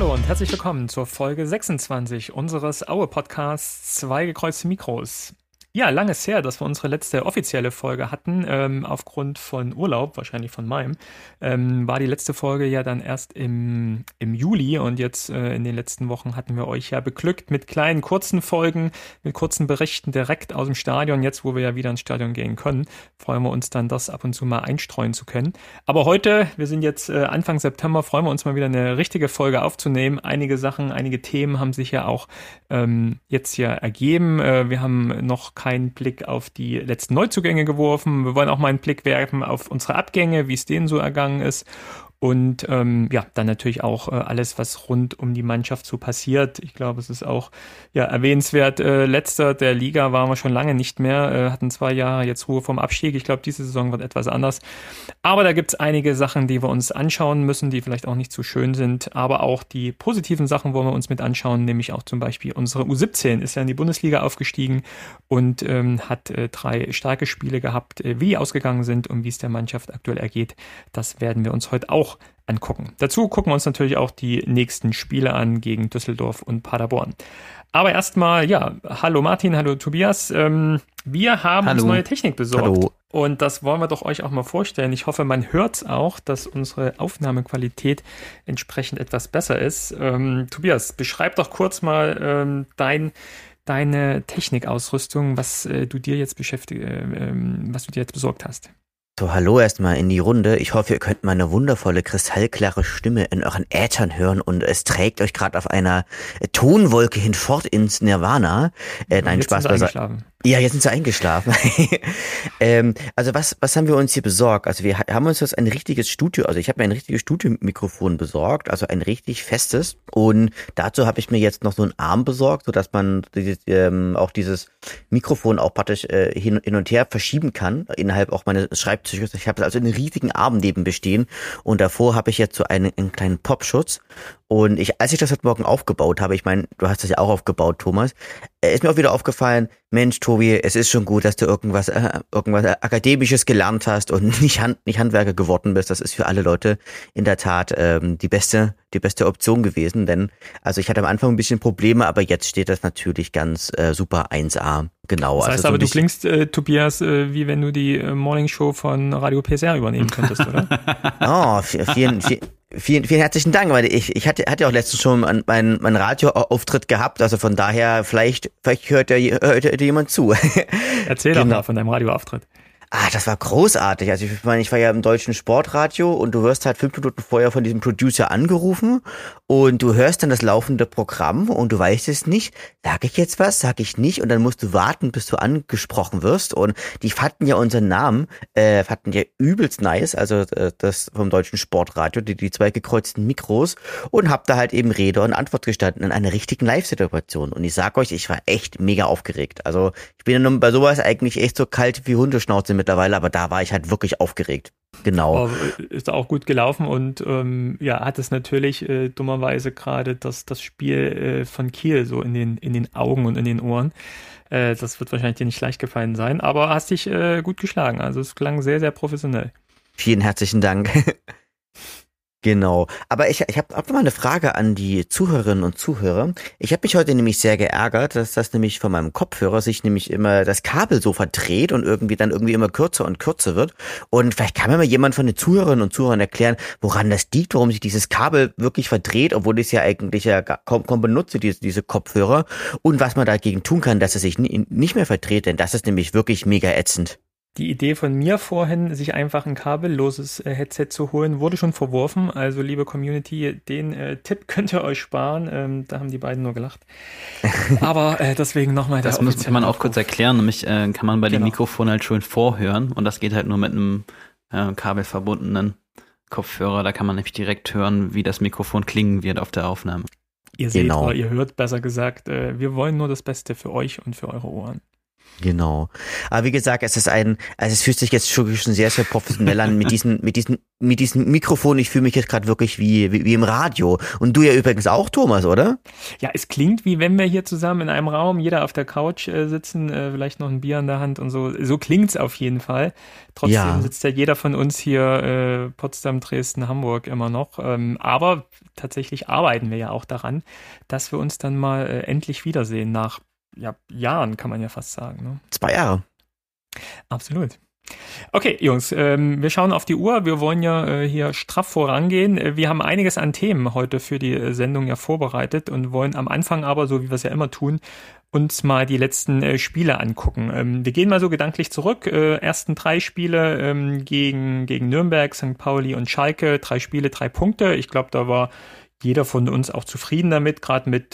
Hallo und herzlich willkommen zur Folge 26 unseres Aue-Podcasts Zwei gekreuzte Mikros. Ja, lange ist her, dass wir unsere letzte offizielle Folge hatten. Aufgrund von Urlaub, wahrscheinlich von meinem, war die letzte Folge ja dann erst im Juli und jetzt in den letzten Wochen hatten wir euch ja beglückt mit kleinen, kurzen Folgen, mit kurzen Berichten direkt aus dem Stadion. Jetzt, wo wir ja wieder ins Stadion gehen können, freuen wir uns dann, das ab und zu mal einstreuen zu können. Aber heute, wir sind jetzt Anfang September, freuen wir uns mal wieder eine richtige Folge aufzunehmen. Einige Sachen, einige Themen haben sich ja auch jetzt ja ergeben. Wir haben noch keinen Blick auf die letzten Neuzugänge geworfen. Wir wollen auch mal einen Blick werfen auf unsere Abgänge, wie es denen so ergangen ist. Und ja, dann natürlich auch alles, was rund um die Mannschaft so passiert. Ich glaube, es ist auch ja erwähnenswert. Letzter der Liga waren wir schon lange nicht mehr, hatten 2 Jahre jetzt Ruhe vom Abstieg. Ich glaube, diese Saison wird etwas anders. Aber da gibt es einige Sachen, die wir uns anschauen müssen, die vielleicht auch nicht so schön sind. Aber auch die positiven Sachen wollen wir uns mit anschauen, nämlich auch zum Beispiel unsere U17 ist ja in die Bundesliga aufgestiegen und hat 3 starke Spiele gehabt. Wie die ausgegangen sind und wie es der Mannschaft aktuell ergeht, das werden wir uns heute auch angucken. Dazu gucken wir uns natürlich auch die nächsten Spiele an gegen Düsseldorf und Paderborn. Aber erstmal, ja, hallo Martin, hallo Tobias. Wir haben uns neue Technik besorgt. Hallo. Und das wollen wir doch euch auch mal vorstellen. Ich hoffe, man hört es auch, dass unsere Aufnahmequalität entsprechend etwas besser ist. Tobias, beschreib doch kurz mal deine Technikausrüstung, was du dir jetzt besorgt hast. So, hallo erstmal in die Runde. Ich hoffe, ihr könnt meine wundervolle, kristallklare Stimme in euren Äthern hören und es trägt euch gerade auf einer Tonwolke hinfort ins Nirvana. Nein, Spaß beiseite. Ja, jetzt sind sie eingeschlafen. Also was haben wir uns hier besorgt? Also wir haben uns jetzt ein richtiges Studio, also ich habe mir ein richtiges Studiomikrofon besorgt, also ein richtig festes. Und dazu habe ich mir jetzt noch so einen Arm besorgt, sodass man auch dieses Mikrofon auch praktisch hin und her verschieben kann, innerhalb auch meines Schreibtisches. Ich habe also einen riesigen Arm neben mir stehen und davor habe ich jetzt so einen kleinen Popschutz. Und als ich das heute Morgen aufgebaut habe, ich meine, du hast das ja auch aufgebaut, Thomas, ist mir auch wieder aufgefallen, Mensch, Tobi, es ist schon gut, dass du irgendwas Akademisches gelernt hast und nicht Handwerker geworden bist. Das ist für alle Leute in der Tat die beste Option gewesen, denn also ich hatte am Anfang ein bisschen Probleme, aber jetzt steht das natürlich ganz super 1A. Genau. Das heißt also aber, du klingst, Tobias, wie wenn du die Morningshow von Radio PSR übernehmen könntest, oder? Oh, vielen herzlichen Dank, weil ich hatte ja auch letztens schon meinen Radioauftritt gehabt, also von daher vielleicht hört jemand zu. Erzähl doch mal von deinem Radioauftritt. Das war großartig. Also ich meine, ich war ja im deutschen Sportradio und du wirst halt 5 Minuten vorher von diesem Producer angerufen und du hörst dann das laufende Programm und du weißt es nicht, sag ich jetzt was, sag ich nicht und dann musst du warten, bis du angesprochen wirst und die fanden ja unseren Namen, fanden ja übelst nice, also das vom deutschen Sportradio, die 2 gekreuzten Mikros und hab da halt eben Rede und Antwort gestanden in einer richtigen Live-Situation und ich sag euch, ich war echt mega aufgeregt. Also ich bin ja nun bei sowas eigentlich echt so kalt wie Hundeschnauze mittlerweile, aber da war ich halt wirklich aufgeregt. Genau. Ist auch gut gelaufen und hat es natürlich dummerweise gerade das Spiel von Kiel so in den Augen und in den Ohren. Das wird wahrscheinlich dir nicht leicht gefallen sein, aber hast dich gut geschlagen. Also es klang sehr, sehr professionell. Vielen herzlichen Dank. Genau, aber ich hab mal eine Frage an die Zuhörerinnen und Zuhörer. Ich habe mich heute nämlich sehr geärgert, dass das nämlich von meinem Kopfhörer sich nämlich immer das Kabel so verdreht und irgendwie immer kürzer und kürzer wird. Und vielleicht kann mir mal jemand von den Zuhörerinnen und Zuhörern erklären, woran das liegt, warum sich dieses Kabel wirklich verdreht, obwohl ich es ja eigentlich kaum benutze, diese Kopfhörer. Und was man dagegen tun kann, dass es sich nicht mehr verdreht, denn das ist nämlich wirklich mega ätzend. Die Idee von mir vorhin, sich einfach ein kabelloses Headset zu holen, wurde schon verworfen. Also, liebe Community, den Tipp könnt ihr euch sparen. Da haben die beiden nur gelacht. Aber deswegen nochmal das muss man auch kurz erklären. Nämlich kann man bei dem Mikrofon halt schön vorhören. Und das geht halt nur mit einem kabelverbundenen Kopfhörer. Da kann man nämlich direkt hören, wie das Mikrofon klingen wird auf der Aufnahme. Ihr seht oder ihr hört, besser gesagt, wir wollen nur das Beste für euch und für eure Ohren. Genau. Aber wie gesagt, es fühlt sich jetzt schon sehr, sehr professionell an mit diesem Mikrofon. Ich fühle mich jetzt gerade wirklich wie im Radio. Und du ja übrigens auch, Thomas, oder? Ja, es klingt wie wenn wir hier zusammen in einem Raum, jeder auf der Couch sitzen, vielleicht noch ein Bier in der Hand und so. So klingt's auf jeden Fall. Trotzdem sitzt ja jeder von uns hier Potsdam, Dresden, Hamburg immer noch. Aber tatsächlich arbeiten wir ja auch daran, dass wir uns dann mal endlich wiedersehen nach Jahren, kann man ja fast sagen. Ne? 2 Jahre. Absolut. Okay, Jungs, wir schauen auf die Uhr. Wir wollen ja hier straff vorangehen. Wir haben einiges an Themen heute für die Sendung ja vorbereitet und wollen am Anfang aber, so wie wir es ja immer tun, uns mal die letzten Spiele angucken. Wir gehen mal so gedanklich zurück. Ersten 3 Spiele gegen Nürnberg, St. Pauli und Schalke. 3 Spiele, 3 Punkte. Ich glaube, da war jeder von uns auch zufrieden damit, gerade mit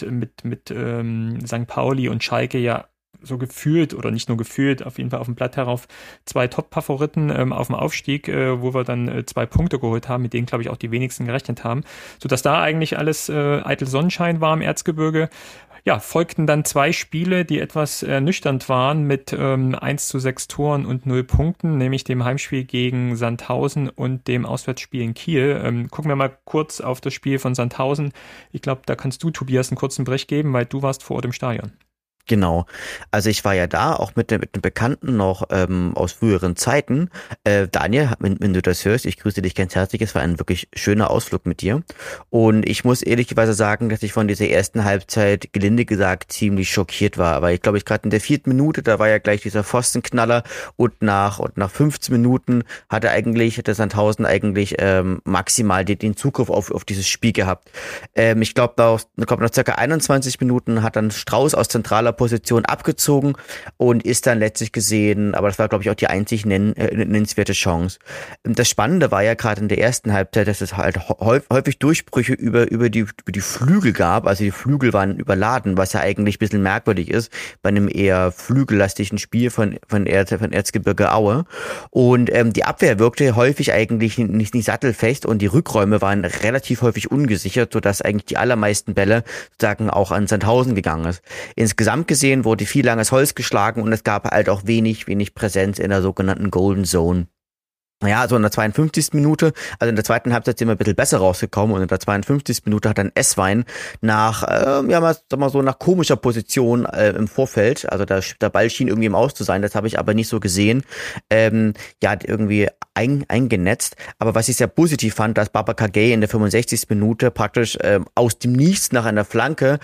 St. Pauli und Schalke ja so gefühlt oder nicht nur gefühlt, auf jeden Fall auf dem Blatt herauf 2 Top-Favoriten auf dem Aufstieg, wo wir dann 2 Punkte geholt haben, mit denen, glaube ich, auch die wenigsten gerechnet haben, sodass da eigentlich alles eitel Sonnenschein war im Erzgebirge. Ja, folgten dann 2 Spiele, die etwas ernüchternd waren mit 1:6 Toren und 0 Punkten, nämlich dem Heimspiel gegen Sandhausen und dem Auswärtsspiel in Kiel. Gucken wir mal kurz auf das Spiel von Sandhausen. Ich glaube, da kannst du, Tobias, einen kurzen Bericht geben, weil du warst vor Ort im Stadion. Genau. Also ich war ja da, auch mit einem Bekannten noch aus früheren Zeiten. Daniel, wenn du das hörst, ich grüße dich ganz herzlich. Es war ein wirklich schöner Ausflug mit dir. Und ich muss ehrlicherweise sagen, dass ich von dieser ersten Halbzeit, gelinde gesagt, ziemlich schockiert war. Aber ich glaube, gerade in der 4. Minute, da war ja gleich dieser Pfostenknaller und nach 15 Minuten hatte Sandhausen eigentlich maximal den Zugriff auf dieses Spiel gehabt. Ich glaube, nach circa 21 Minuten hat dann Strauß aus zentraler Position abgezogen und ist dann letztlich gesehen, aber das war, glaube ich, auch die einzig nennenswerte Chance. Das Spannende war ja gerade in der ersten Halbzeit, dass es halt häufig Durchbrüche über die Flügel gab, also die Flügel waren überladen, was ja eigentlich ein bisschen merkwürdig ist bei einem eher flügellastigen Spiel von Erzgebirge Aue. Und die Abwehr wirkte häufig eigentlich nicht sattelfest und die Rückräume waren relativ häufig ungesichert, sodass eigentlich die allermeisten Bälle sozusagen auch an Sandhausen gegangen ist. Insgesamt gesehen wurde viel langes Holz geschlagen und es gab halt auch wenig Präsenz in der sogenannten Golden Zone. Ja, so in der 52. Minute, also in der zweiten Halbzeit sind wir ein bisschen besser rausgekommen und in der 52. Minute hat dann Esswein nach komischer Position im Vorfeld, also der Ball schien irgendwie im Aus zu sein, das habe ich aber nicht so gesehen, irgendwie eingenetzt. Aber was ich sehr positiv fand, dass Babacar Gueye in der 65. Minute praktisch aus dem Nichts nach einer Flanke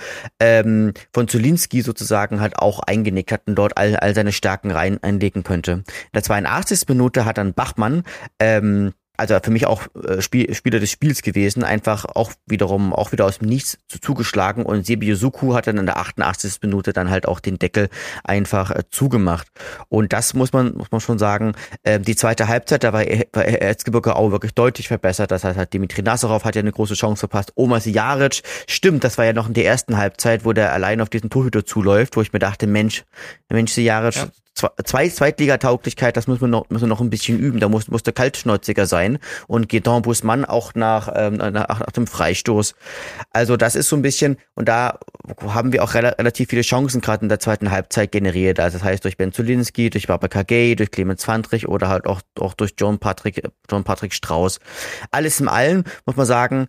von Zulinski sozusagen halt auch eingenickt hat und dort all seine Stärken einlegen könnte. In der 82. Minute hat dann Bachmann also für mich auch Spieler des Spiels gewesen, einfach auch wieder aus dem Nichts zugeschlagen und Sebi Yusuku hat dann in der 88. Minute dann halt auch den Deckel einfach zugemacht. Und das muss man schon sagen, die zweite Halbzeit, da war Erzgebirge Aue wirklich deutlich verbessert. Das heißt, halt Dimitri Nazarov hat ja eine große Chance verpasst. Omar Sijaric, stimmt, das war ja noch in der ersten Halbzeit, wo der allein auf diesen Torhüter zuläuft, wo ich mir dachte, Mensch Sijaric, ja. Zweitligatauglichkeit, das muss man noch ein bisschen üben. Da muss der kaltschnäuziger sein und Guedon Busman auch nach dem Freistoß. Also das ist so ein bisschen, und da haben wir auch relativ viele Chancen gerade in der zweiten Halbzeit generiert. Also das heißt durch Ben Zulinski, durch Babacar Gueye, durch Clemens Fandrich oder halt auch durch John Patrick Strauß. Alles in allem muss man sagen,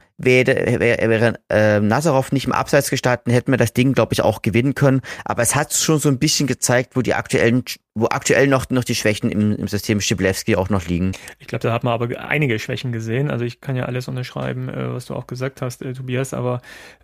wäre Nazarov nicht im Abseits gestanden, hätten wir das Ding, glaube ich, auch gewinnen können. Aber es hat schon so ein bisschen gezeigt, wo aktuell noch die Schwächen im System Schiblewski auch noch liegen. Ich glaube, da hat man aber einige Schwächen gesehen. Also ich kann ja alles unterschreiben, was du auch gesagt hast, Tobias, aber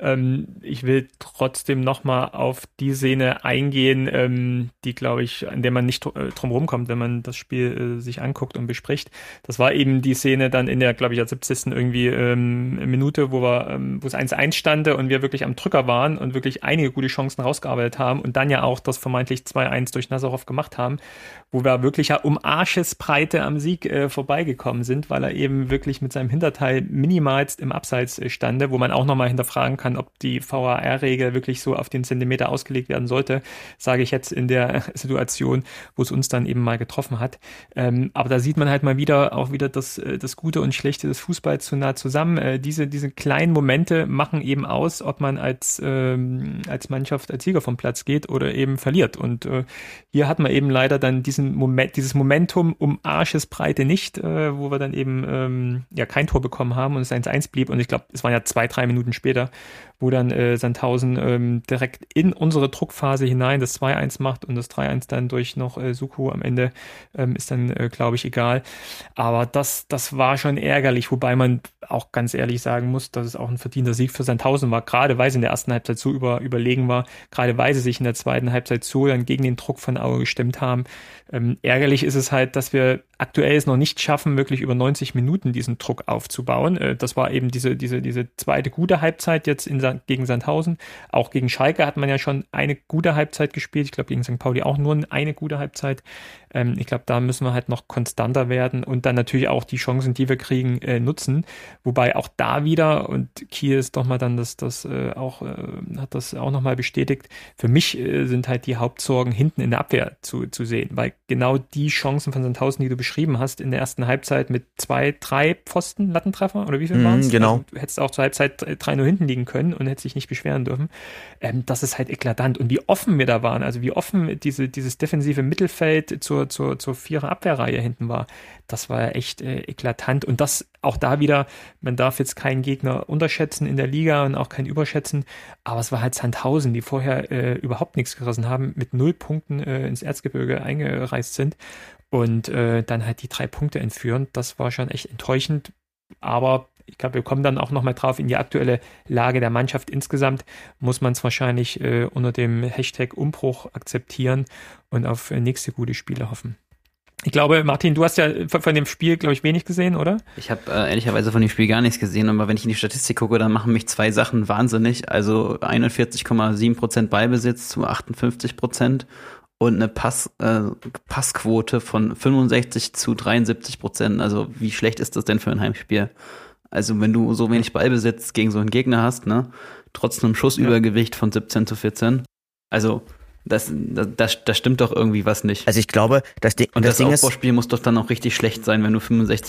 ich will trotzdem nochmal auf die Szene eingehen, die, glaube ich, an der man nicht drum rumkommt, wenn man das Spiel sich anguckt und bespricht. Das war eben die Szene dann in der, glaube ich, 70. irgendwie Minute, wo es 1:1 stand und wir wirklich am Drücker waren und wirklich einige gute Chancen rausgearbeitet haben und dann ja auch das vermeintlich 2:1 durch Nazarov gemacht haben. haben, wo wir wirklich ja um Arschesbreite am Sieg vorbeigekommen sind, weil er eben wirklich mit seinem Hinterteil minimalst im Abseits stande, wo man auch nochmal hinterfragen kann, ob die VAR-Regel wirklich so auf den Zentimeter ausgelegt werden sollte, sage ich jetzt in der Situation, wo es uns dann eben mal getroffen hat. Aber da sieht man halt mal wieder das Gute und Schlechte des Fußballs zu nah zusammen. Diese kleinen Momente machen eben aus, ob man als Mannschaft als Sieger vom Platz geht oder eben verliert. Und hier hat man eben leider dann dieses Momentum um Arschesbreite nicht, wo wir dann eben kein Tor bekommen haben und es 1-1 blieb. Und ich glaube, es waren ja 2-3 Minuten später, wo dann Sandhausen direkt in unsere Druckphase hinein das 2-1 macht und das 3-1 dann durch noch Suku am Ende ist dann, glaube ich, egal. Aber das war schon ärgerlich, wobei man auch ganz ehrlich sagen muss, dass es auch ein verdienter Sieg für Sandhausen war, gerade weil sie in der ersten Halbzeit so überlegen war, gerade weil sie sich in der zweiten Halbzeit so dann gegen den Druck von Aue gestemmt haben. Ärgerlich ist es halt, dass wir aktuell es noch nicht schaffen, wirklich über 90 Minuten diesen Druck aufzubauen. Das war eben diese zweite gute Halbzeit jetzt gegen Sandhausen. Auch gegen Schalke hat man ja schon eine gute Halbzeit gespielt. Ich glaube, gegen St. Pauli auch nur eine gute Halbzeit. Ich glaube, da müssen wir halt noch konstanter werden und dann natürlich auch die Chancen, die wir kriegen, nutzen. Wobei auch da wieder, und Kiel ist doch mal dann hat das auch nochmal bestätigt, für mich sind halt die Hauptsorgen hinten in der Abwehr zu sehen, weil genau die Chancen von Sandhausen, die du beschrieben hast, in der ersten Halbzeit mit 2-3 Pfosten, Lattentreffer oder wie viel waren es? Genau. Also, du hättest auch zur Halbzeit 3-0 hinten liegen können und hättest dich nicht beschweren dürfen. Das ist halt eklatant. Und wie offen wir da waren, also wie offen dieses defensive Mittelfeld zur Vierer-Abwehrreihe hinten war, das war ja echt eklatant. Und das auch da wieder, man darf jetzt keinen Gegner unterschätzen in der Liga und auch keinen überschätzen, aber es war halt Sandhausen, die vorher überhaupt nichts gerissen haben, mit 0 Punkten ins Erzgebirge eingereist sind und dann halt die 3 Punkte entführen. Das war schon echt enttäuschend, aber ich glaube, wir kommen dann auch nochmal drauf, in die aktuelle Lage der Mannschaft insgesamt muss man es wahrscheinlich unter dem Hashtag Umbruch akzeptieren und auf nächste gute Spiele hoffen. Ich glaube, Martin, du hast ja von dem Spiel, glaube ich, wenig gesehen, oder? Ich habe ehrlicherweise von dem Spiel gar nichts gesehen, aber wenn ich in die Statistik gucke, dann machen mich 2 Sachen wahnsinnig. Also 41,7% Ballbesitz zu 58% und eine Passquote von 65 zu 73%. Also wie schlecht ist das denn für ein Heimspiel? Also wenn du so wenig Ballbesitz gegen so einen Gegner hast, ne, trotz einem Schussübergewicht von 17 zu 14, also das stimmt doch irgendwie was nicht. Also ich glaube, das Aufbauspiel muss doch dann auch richtig schlecht sein, wenn du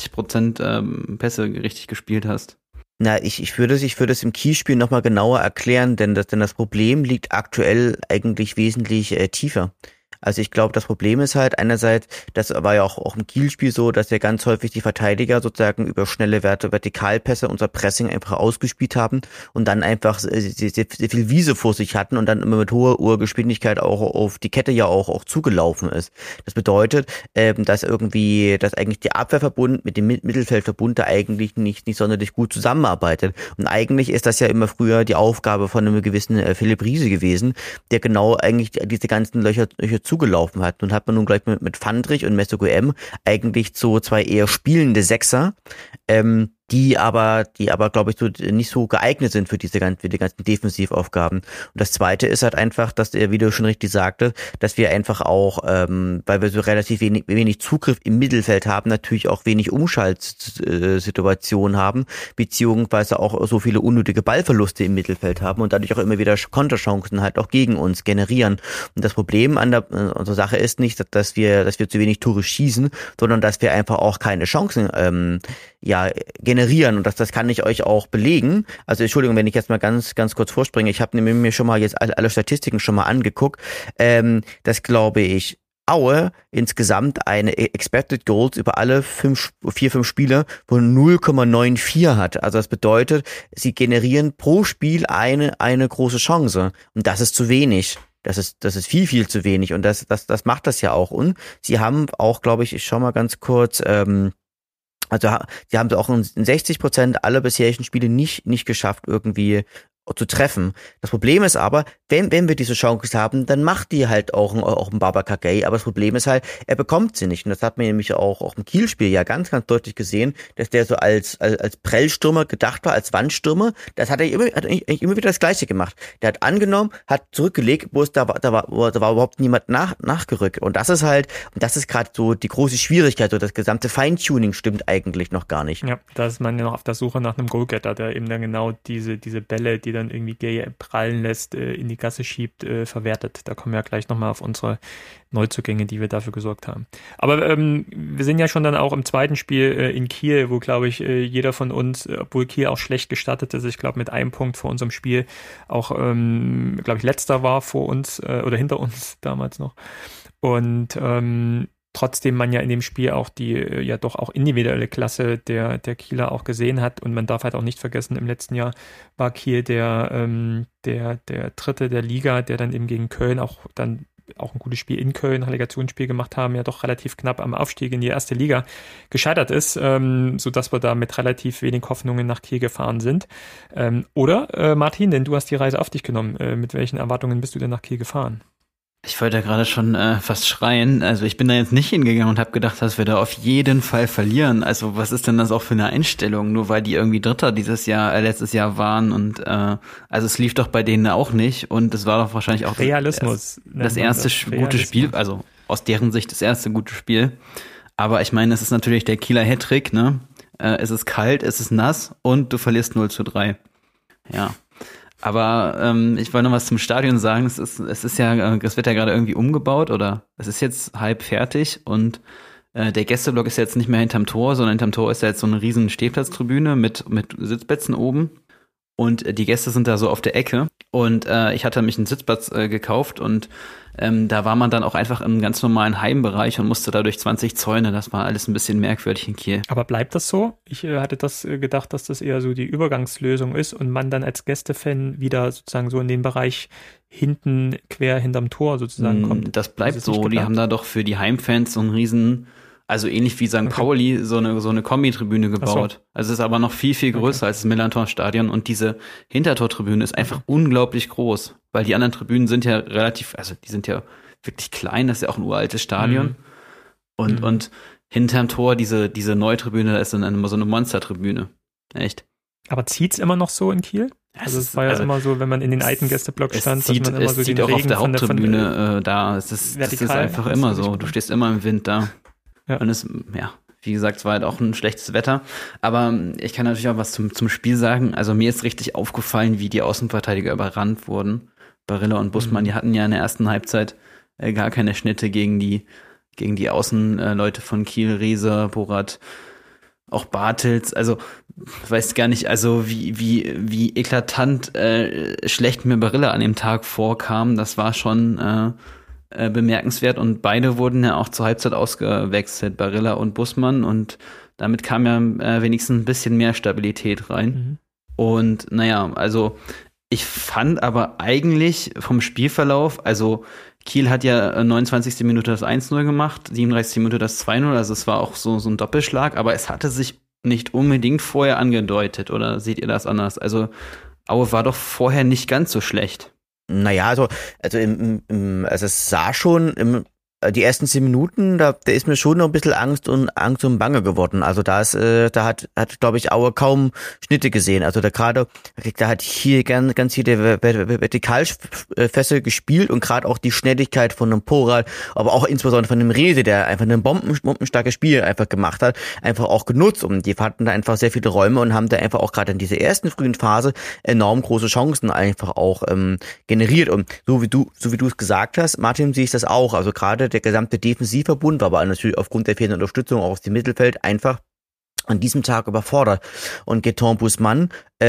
65% Pässe richtig gespielt hast. Na, ich würde es im Kielspiel nochmal genauer erklären, denn das Problem liegt aktuell eigentlich wesentlich tiefer. Also ich glaube, das Problem ist halt einerseits, das war ja auch im Kielspiel so, dass wir ganz häufig die Verteidiger sozusagen über schnelle Vertikalpässe unser Pressing einfach ausgespielt haben und dann einfach sehr viel Wiese vor sich hatten und dann immer mit hoher Geschwindigkeit auch auf die Kette ja auch zugelaufen ist. Das bedeutet, dass eigentlich der Abwehrverbund mit dem Mittelfeldverbund da eigentlich nicht sonderlich gut zusammenarbeitet. Und eigentlich ist das ja immer früher die Aufgabe von einem gewissen Philipp Riese gewesen, der genau eigentlich diese ganzen Löcher zugelaufen hat. Nun hat man nun gleich mit Fandrich und Mesut Özil eigentlich so 2 eher spielende Sechser, die aber glaube ich so nicht so geeignet sind für die ganzen Defensivaufgaben. Und das Zweite ist halt einfach, dass wie du schon richtig sagte, dass wir einfach auch, weil wir so relativ wenig Zugriff im Mittelfeld haben, natürlich auch wenig Umschaltsituationen haben, beziehungsweise auch so viele unnötige Ballverluste im Mittelfeld haben und dadurch auch immer wieder Konterchancen halt auch gegen uns generieren. Und das Problem an der Sache ist nicht, dass wir zu wenig Tore schießen, sondern dass wir einfach auch keine Chancen generieren. Und das kann ich euch auch belegen. Also Entschuldigung, wenn ich jetzt mal ganz kurz vorspringe. Ich habe mir schon mal jetzt alle Statistiken schon mal angeguckt. Das glaube ich Aue insgesamt eine Expected Goals über alle 5 Spiele von 0,94 hat. Also das bedeutet, sie generieren pro Spiel eine große Chance. Und das ist zu wenig. Das ist viel zu wenig. Und das macht das ja auch. Und sie haben auch, glaube ich schau mal ganz kurz, also sie haben auch in 60% aller bisherigen Spiele nicht geschafft, irgendwie zu treffen. Das Problem ist aber, wenn wir diese Chance haben, dann macht die halt auch ein Babacar Gaye, aber das Problem ist halt, er bekommt sie nicht. Und das hat man nämlich auch im Kiel-Spiel ja ganz, ganz deutlich gesehen, dass der so als Prellstürmer gedacht war, als Wandstürmer. Das hat er eigentlich immer wieder das Gleiche gemacht. Der hat angenommen, hat zurückgelegt, wo da war überhaupt niemand nachgerückt. Und das ist gerade so die große Schwierigkeit, so das gesamte Feintuning stimmt eigentlich noch gar nicht. Ja, da ist man ja noch auf der Suche nach einem Goalgetter, der eben dann genau diese Bälle, die dann irgendwie Gay prallen lässt, in die Gasse schiebt, verwertet. Da kommen wir ja gleich nochmal auf unsere Neuzugänge, die wir dafür gesorgt haben. Aber wir sind ja schon dann auch im zweiten Spiel in Kiel, wo, glaube ich, jeder von uns, obwohl Kiel auch schlecht gestartet ist, ich glaube mit einem Punkt vor unserem Spiel auch, glaube ich, letzter war vor uns oder hinter uns damals noch. Und trotzdem man ja in dem Spiel auch die ja doch auch individuelle Klasse der Kieler auch gesehen hat. Und man darf halt auch nicht vergessen, im letzten Jahr war Kiel der Dritte der Liga, der dann eben gegen Köln auch ein gutes Spiel in Köln, Relegationsspiel gemacht haben, ja doch relativ knapp am Aufstieg in die erste Liga gescheitert ist, sodass wir da mit relativ wenig Hoffnungen nach Kiel gefahren sind. Oder, Martin, denn du hast die Reise auf dich genommen. Mit welchen Erwartungen bist du denn nach Kiel gefahren? Ich wollte ja gerade schon fast schreien. Also ich bin da jetzt nicht hingegangen und habe gedacht, dass wir da auf jeden Fall verlieren. Also was ist denn das auch für eine Einstellung? Nur weil die irgendwie Dritter letztes Jahr waren und also es lief doch bei denen auch nicht und es war doch wahrscheinlich auch Realismus. Das erste gute Spiel, also aus deren Sicht das erste gute Spiel. Aber ich meine, es ist natürlich der Kieler Hattrick, ne? Es ist kalt, es ist nass und du verlierst 0:3. Ja. Aber ich wollte noch was zum Stadion sagen. Es wird ja gerade irgendwie umgebaut oder es ist jetzt halb fertig und der Gästeblock ist jetzt nicht mehr hinterm Tor, sondern hinterm Tor ist ja jetzt so eine riesen Stehplatztribüne mit Sitzplätzen oben und die Gäste sind da so auf der Ecke und ich hatte mich einen Sitzplatz gekauft und da war man dann auch einfach im ganz normalen Heimbereich und musste da durch 20 Zäune. Das war alles ein bisschen merkwürdig in Kiel. Aber bleibt das so? Ich hatte das gedacht, dass das eher so die Übergangslösung ist und man dann als Gästefan wieder sozusagen so in den Bereich hinten, quer hinterm Tor sozusagen kommt. Das bleibt so. Die haben da doch für die Heimfans so einen riesen, also ähnlich wie St. Pauli, so eine Kombi-Tribüne gebaut. So. Also es ist aber noch viel, viel größer als das Millantor-Stadion und diese Hintertortribüne ist einfach unglaublich groß, weil die anderen Tribünen sind ja die sind ja wirklich klein, das ist ja auch ein uraltes Stadion. Und hinterm Tor diese neue Tribüne, da ist dann immer so eine Monstertribüne. Echt. Aber zieht's immer noch so in Kiel? Also es war ja immer so, wenn man in den alten Gästeblock stand, dass man immer so den Regen auch auf der Haupttribüne da. Es ist einfach immer so. Du stehst immer im Wind da. Ja. Und wie gesagt, es war halt auch ein schlechtes Wetter. Aber ich kann natürlich auch was zum Spiel sagen. Also mir ist richtig aufgefallen, wie die Außenverteidiger überrannt wurden. Barilla und Bussmann, die hatten ja in der ersten Halbzeit gar keine Schnitte gegen die Außenleute von Kiel, Reser, Borat, auch Bartels. Also weiß gar nicht, also wie eklatant schlecht mir Barilla an dem Tag vorkam. Das war schon bemerkenswert und beide wurden ja auch zur Halbzeit ausgewechselt, Barilla und Bussmann, und damit kam ja wenigstens ein bisschen mehr Stabilität rein. Und naja, also ich fand aber eigentlich vom Spielverlauf, also Kiel hat ja 29. Minute das 1:0 gemacht, 37. Minute das 2:0, also es war auch so ein Doppelschlag, aber es hatte sich nicht unbedingt vorher angedeutet, oder seht ihr das anders? Also Aue war doch vorher nicht ganz so schlecht. Naja, also es sah schon die ersten 10 Minuten, da ist mir schon noch ein bisschen Angst und Bange geworden. Also da hat glaube ich Aue kaum Schnitte gesehen. Also da hat hier ganz hier der Vertikalfässe gespielt und gerade auch die Schnelligkeit von einem Poral, aber auch insbesondere von dem Rese, der einfach ein bombenstarkes Spiel einfach gemacht hat, einfach auch genutzt. Und die hatten da einfach sehr viele Räume und haben da einfach auch gerade in dieser ersten frühen Phase enorm große Chancen einfach auch generiert. Und so wie du es gesagt hast, Martin, sehe ich das auch. Also gerade der gesamte Defensivverbund war aber natürlich aufgrund der fehlenden Unterstützung auch aus dem Mittelfeld einfach an diesem Tag überfordert. Und Gaëtan Bussmann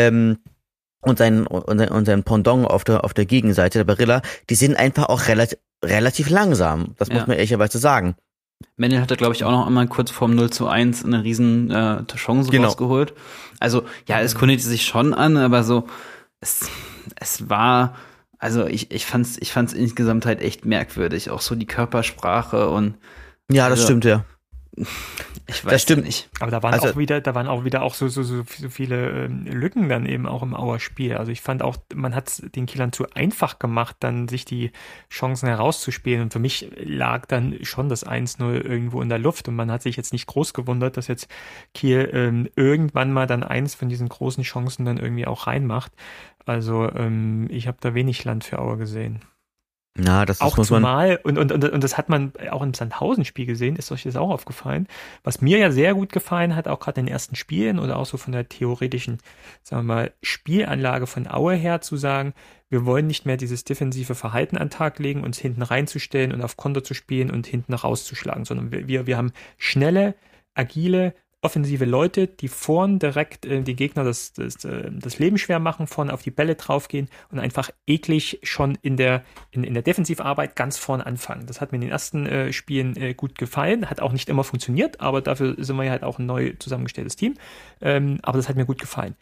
und sein Pendant auf der Gegenseite, der Barilla, die sind einfach auch relativ langsam. Das muss man ehrlicherweise sagen. Mendel hatte, glaube ich, auch noch einmal kurz vorm 0:1 eine riesen Chance rausgeholt. Also, ja, es kündigte sich schon an, aber so, es war, also ich fand's insgesamt halt echt merkwürdig, auch so die Körpersprache und. Ja, das stimmt, ja. Ich weiß das nicht. Aber da waren auch wieder so viele Lücken dann eben auch im Auer Spiel. Also ich fand auch, man hat es den Kielern zu einfach gemacht, dann sich die Chancen herauszuspielen. Und für mich lag dann schon das 1-0 irgendwo in der Luft. Und man hat sich jetzt nicht groß gewundert, dass jetzt Kiel irgendwann mal dann eins von diesen großen Chancen dann irgendwie auch reinmacht. Also ich habe da wenig Land für Aue gesehen. Na, das auch zumal, und das hat man auch im Sandhausen-Spiel gesehen, ist euch das auch aufgefallen? Was mir ja sehr gut gefallen hat, auch gerade in den ersten Spielen oder auch so von der theoretischen, sagen wir mal, Spielanlage von Aue her zu sagen, wir wollen nicht mehr dieses defensive Verhalten an den Tag legen, uns hinten reinzustellen und auf Konter zu spielen und hinten rauszuschlagen, sondern wir haben schnelle, agile, offensive Leute, die vorn direkt die Gegner das Leben schwer machen, vorn auf die Bälle draufgehen und einfach eklig schon in der Defensivarbeit ganz vorn anfangen. Das hat mir in den ersten Spielen gut gefallen, hat auch nicht immer funktioniert, aber dafür sind wir ja halt auch ein neu zusammengestelltes Team. Aber das hat mir gut gefallen.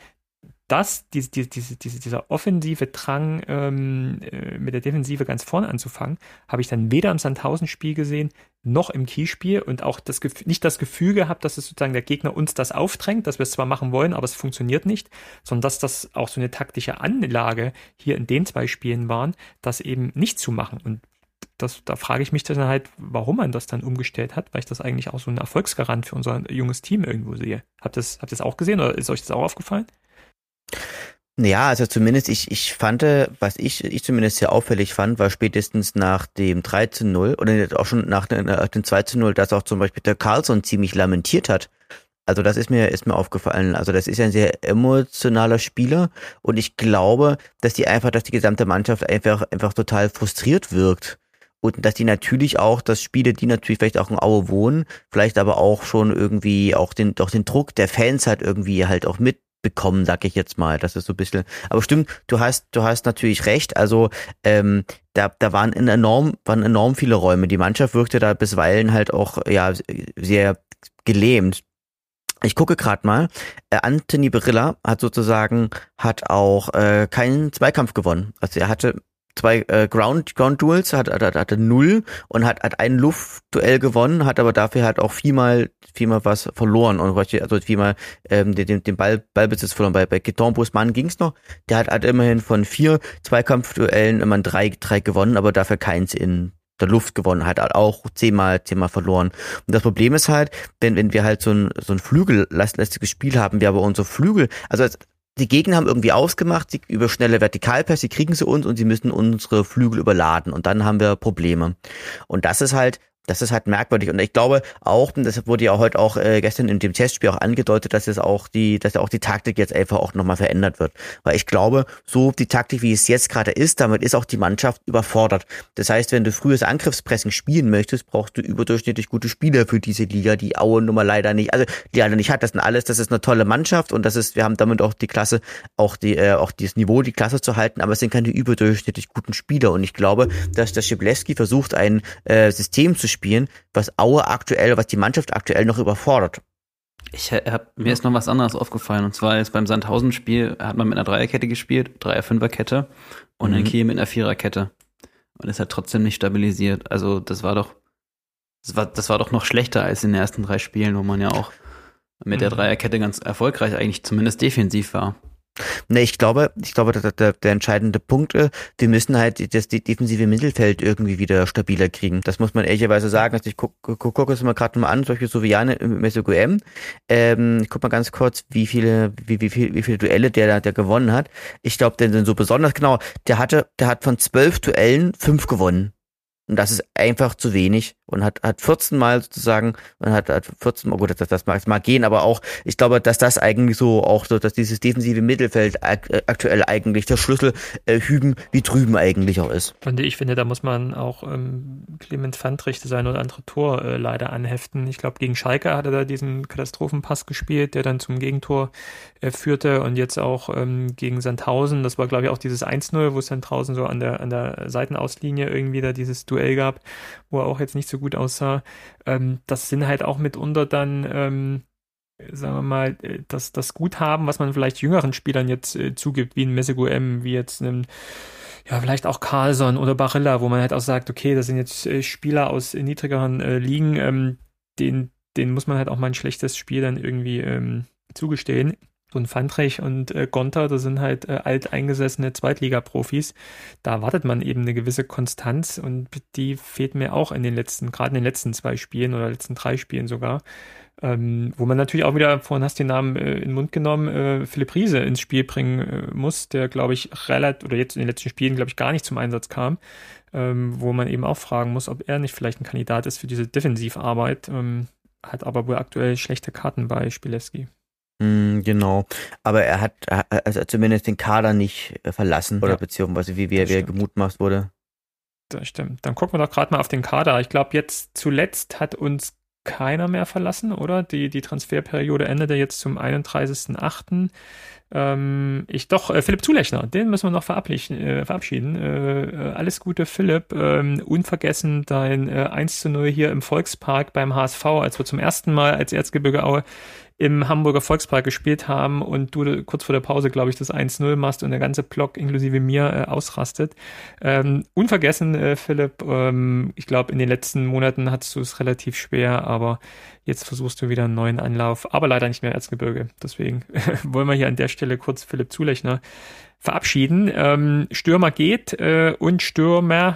Dieser offensive Drang mit der Defensive ganz vorne anzufangen, habe ich dann weder im Sandhausen-Spiel gesehen, noch im Kiel-Spiel und auch nicht das Gefühl gehabt, dass es sozusagen der Gegner uns das aufdrängt, dass wir es zwar machen wollen, aber es funktioniert nicht, sondern dass das auch so eine taktische Anlage hier in den 2 Spielen waren, das eben nicht zu machen. Und da frage ich mich dann halt, warum man das dann umgestellt hat, weil ich das eigentlich auch so ein Erfolgsgarant für unser junges Team irgendwo sehe. Habt ihr das auch gesehen oder ist euch das auch aufgefallen? Ja, also zumindest ich fand, was ich zumindest sehr auffällig fand, war spätestens nach dem 3-0 oder auch schon nach dem 2-0, dass auch zum Beispiel der Karlsson ziemlich lamentiert hat. Also das ist mir aufgefallen. Also das ist ein sehr emotionaler Spieler und ich glaube, dass die gesamte Mannschaft einfach total frustriert wirkt. Und dass die natürlich auch, dass Spieler, die natürlich vielleicht auch in Aue wohnen, vielleicht aber auch schon irgendwie auch den Druck der Fans halt irgendwie halt auch mitbekommen, sag ich jetzt mal. Das ist so ein bisschen, aber stimmt, du hast natürlich recht. Also da waren enorm viele Räume. Die Mannschaft wirkte da bisweilen halt auch ja sehr gelähmt. Ich gucke gerade mal. Anthony Barilla hat auch keinen Zweikampf gewonnen. Also er hatte 2 Ground Duels, hatte 0 und hat ein Luftduell gewonnen, hat aber dafür halt auch viermal was verloren und also viermal den Ballbesitz verloren. Bei Guiton Busman ging's noch. Der hat immerhin von 4 Zweikampfduellen immer 3 gewonnen, aber dafür keins in der Luft gewonnen, hat auch 10-mal verloren. Und das Problem ist halt, wenn wir halt so ein flügellastiges Spiel haben, wir aber unsere Flügel, also die Gegner haben irgendwie ausgemacht, über schnelle Vertikalpässe kriegen sie uns und sie müssen unsere Flügel überladen und dann haben wir Probleme. Und das ist halt merkwürdig. Und ich glaube auch, das wurde ja heute auch gestern in dem Testspiel auch angedeutet, dass auch die Taktik jetzt einfach auch nochmal verändert wird. Weil ich glaube, so die Taktik, wie es jetzt gerade ist, damit ist auch die Mannschaft überfordert. Das heißt, wenn du frühes Angriffspressing spielen möchtest, brauchst du überdurchschnittlich gute Spieler für diese Liga, die Aue nun mal leider nicht hat. Das ist eine tolle Mannschaft und wir haben damit auch die Klasse, auch dieses Niveau, die Klasse zu halten, aber es sind keine überdurchschnittlich guten Spieler. Und ich glaube, dass der Schiblewski versucht, ein System zu spielen, was die Mannschaft aktuell noch überfordert. Mir ist noch was anderes aufgefallen, und zwar ist beim Sandhausen-Spiel hat man mit einer Dreierkette gespielt, Dreier-Fünfer-Kette und in Kiel mit einer Viererkette. Und es hat trotzdem nicht stabilisiert. Also das war doch noch schlechter als in den ersten 3 Spielen, wo man ja auch mit der Dreierkette ganz erfolgreich eigentlich zumindest defensiv war. Ne, ich glaube, dass der entscheidende Punkt ist, wir müssen halt das defensive Mittelfeld irgendwie wieder stabiler kriegen. Das muss man ehrlicherweise sagen. Also ich gucke es mal gerade mal an, solche Soviane im SOGM. Ich guck mal ganz kurz, wie viele Duelle der gewonnen hat. Ich glaube, der sind so besonders genau. Der hat von 12 Duellen 5 gewonnen. Und das ist einfach zu wenig und hat 14 Mal sozusagen, und hat 14 Mal, gut, das mag gehen, aber auch, ich glaube, dass das eigentlich dass dieses defensive Mittelfeld aktuell eigentlich der Schlüssel hüben wie drüben eigentlich auch ist. Und ich finde, da muss man auch Clemens Fandrich sein oder andere Tor leider anheften. Ich glaube, gegen Schalke hat er da diesen Katastrophenpass gespielt, der dann zum Gegentor führte, und jetzt auch gegen Sandhausen, das war glaube ich auch dieses 1-0, wo es dann draußen so an der Seitenauslinie irgendwie da dieses Duell gab, wo er auch jetzt nicht so gut aussah. Das sind halt auch mitunter dann, sagen wir mal, das Guthaben, was man vielleicht jüngeren Spielern jetzt zugibt, wie ein Messeguem, wie jetzt vielleicht auch Karlsson oder Barilla, wo man halt auch sagt, okay, das sind jetzt Spieler aus niedrigeren Ligen, denen denen muss man halt auch mal ein schlechtes Spiel dann irgendwie zugestehen. So ein Fandrich und Gonter, das sind halt alteingesessene Zweitliga-Profis. Da erwartet man eben eine gewisse Konstanz und die fehlt mir auch gerade in den letzten 2 Spielen oder letzten 3 Spielen sogar. Wo man natürlich auch wieder, vorhin hast du den Namen in den Mund genommen, Philipp Riese ins Spiel bringen muss, der, glaube ich, jetzt in den letzten Spielen, glaube ich, gar nicht zum Einsatz kam, wo man eben auch fragen muss, ob er nicht vielleicht ein Kandidat ist für diese Defensivarbeit, hat aber wohl aktuell schlechte Karten bei Spielewski. Genau, aber er hat also zumindest den Kader nicht verlassen oder beziehungsweise wie er gemutmaßt wurde. Das stimmt. Dann gucken wir doch gerade mal auf den Kader. Ich glaube, jetzt zuletzt hat uns keiner mehr verlassen, oder? Die Transferperiode endete jetzt zum 31.08. Philipp Zulechner, den müssen wir noch verabschieden. Alles Gute, Philipp. Unvergessen dein 1:0 hier im Volkspark beim HSV, als wir zum ersten Mal als Erzgebirge Aue im Hamburger Volkspark gespielt haben und du kurz vor der Pause, glaube ich, das 1:0 machst und der ganze Block inklusive mir ausrastet. Unvergessen, Philipp. Ich glaube, in den letzten Monaten hattest du es relativ schwer, aber jetzt versuchst du wieder einen neuen Anlauf, aber leider nicht mehr Erzgebirge. Deswegen wollen wir hier an der Stelle kurz Philipp Zulechner verabschieden. Stürmer geht und Stürmer,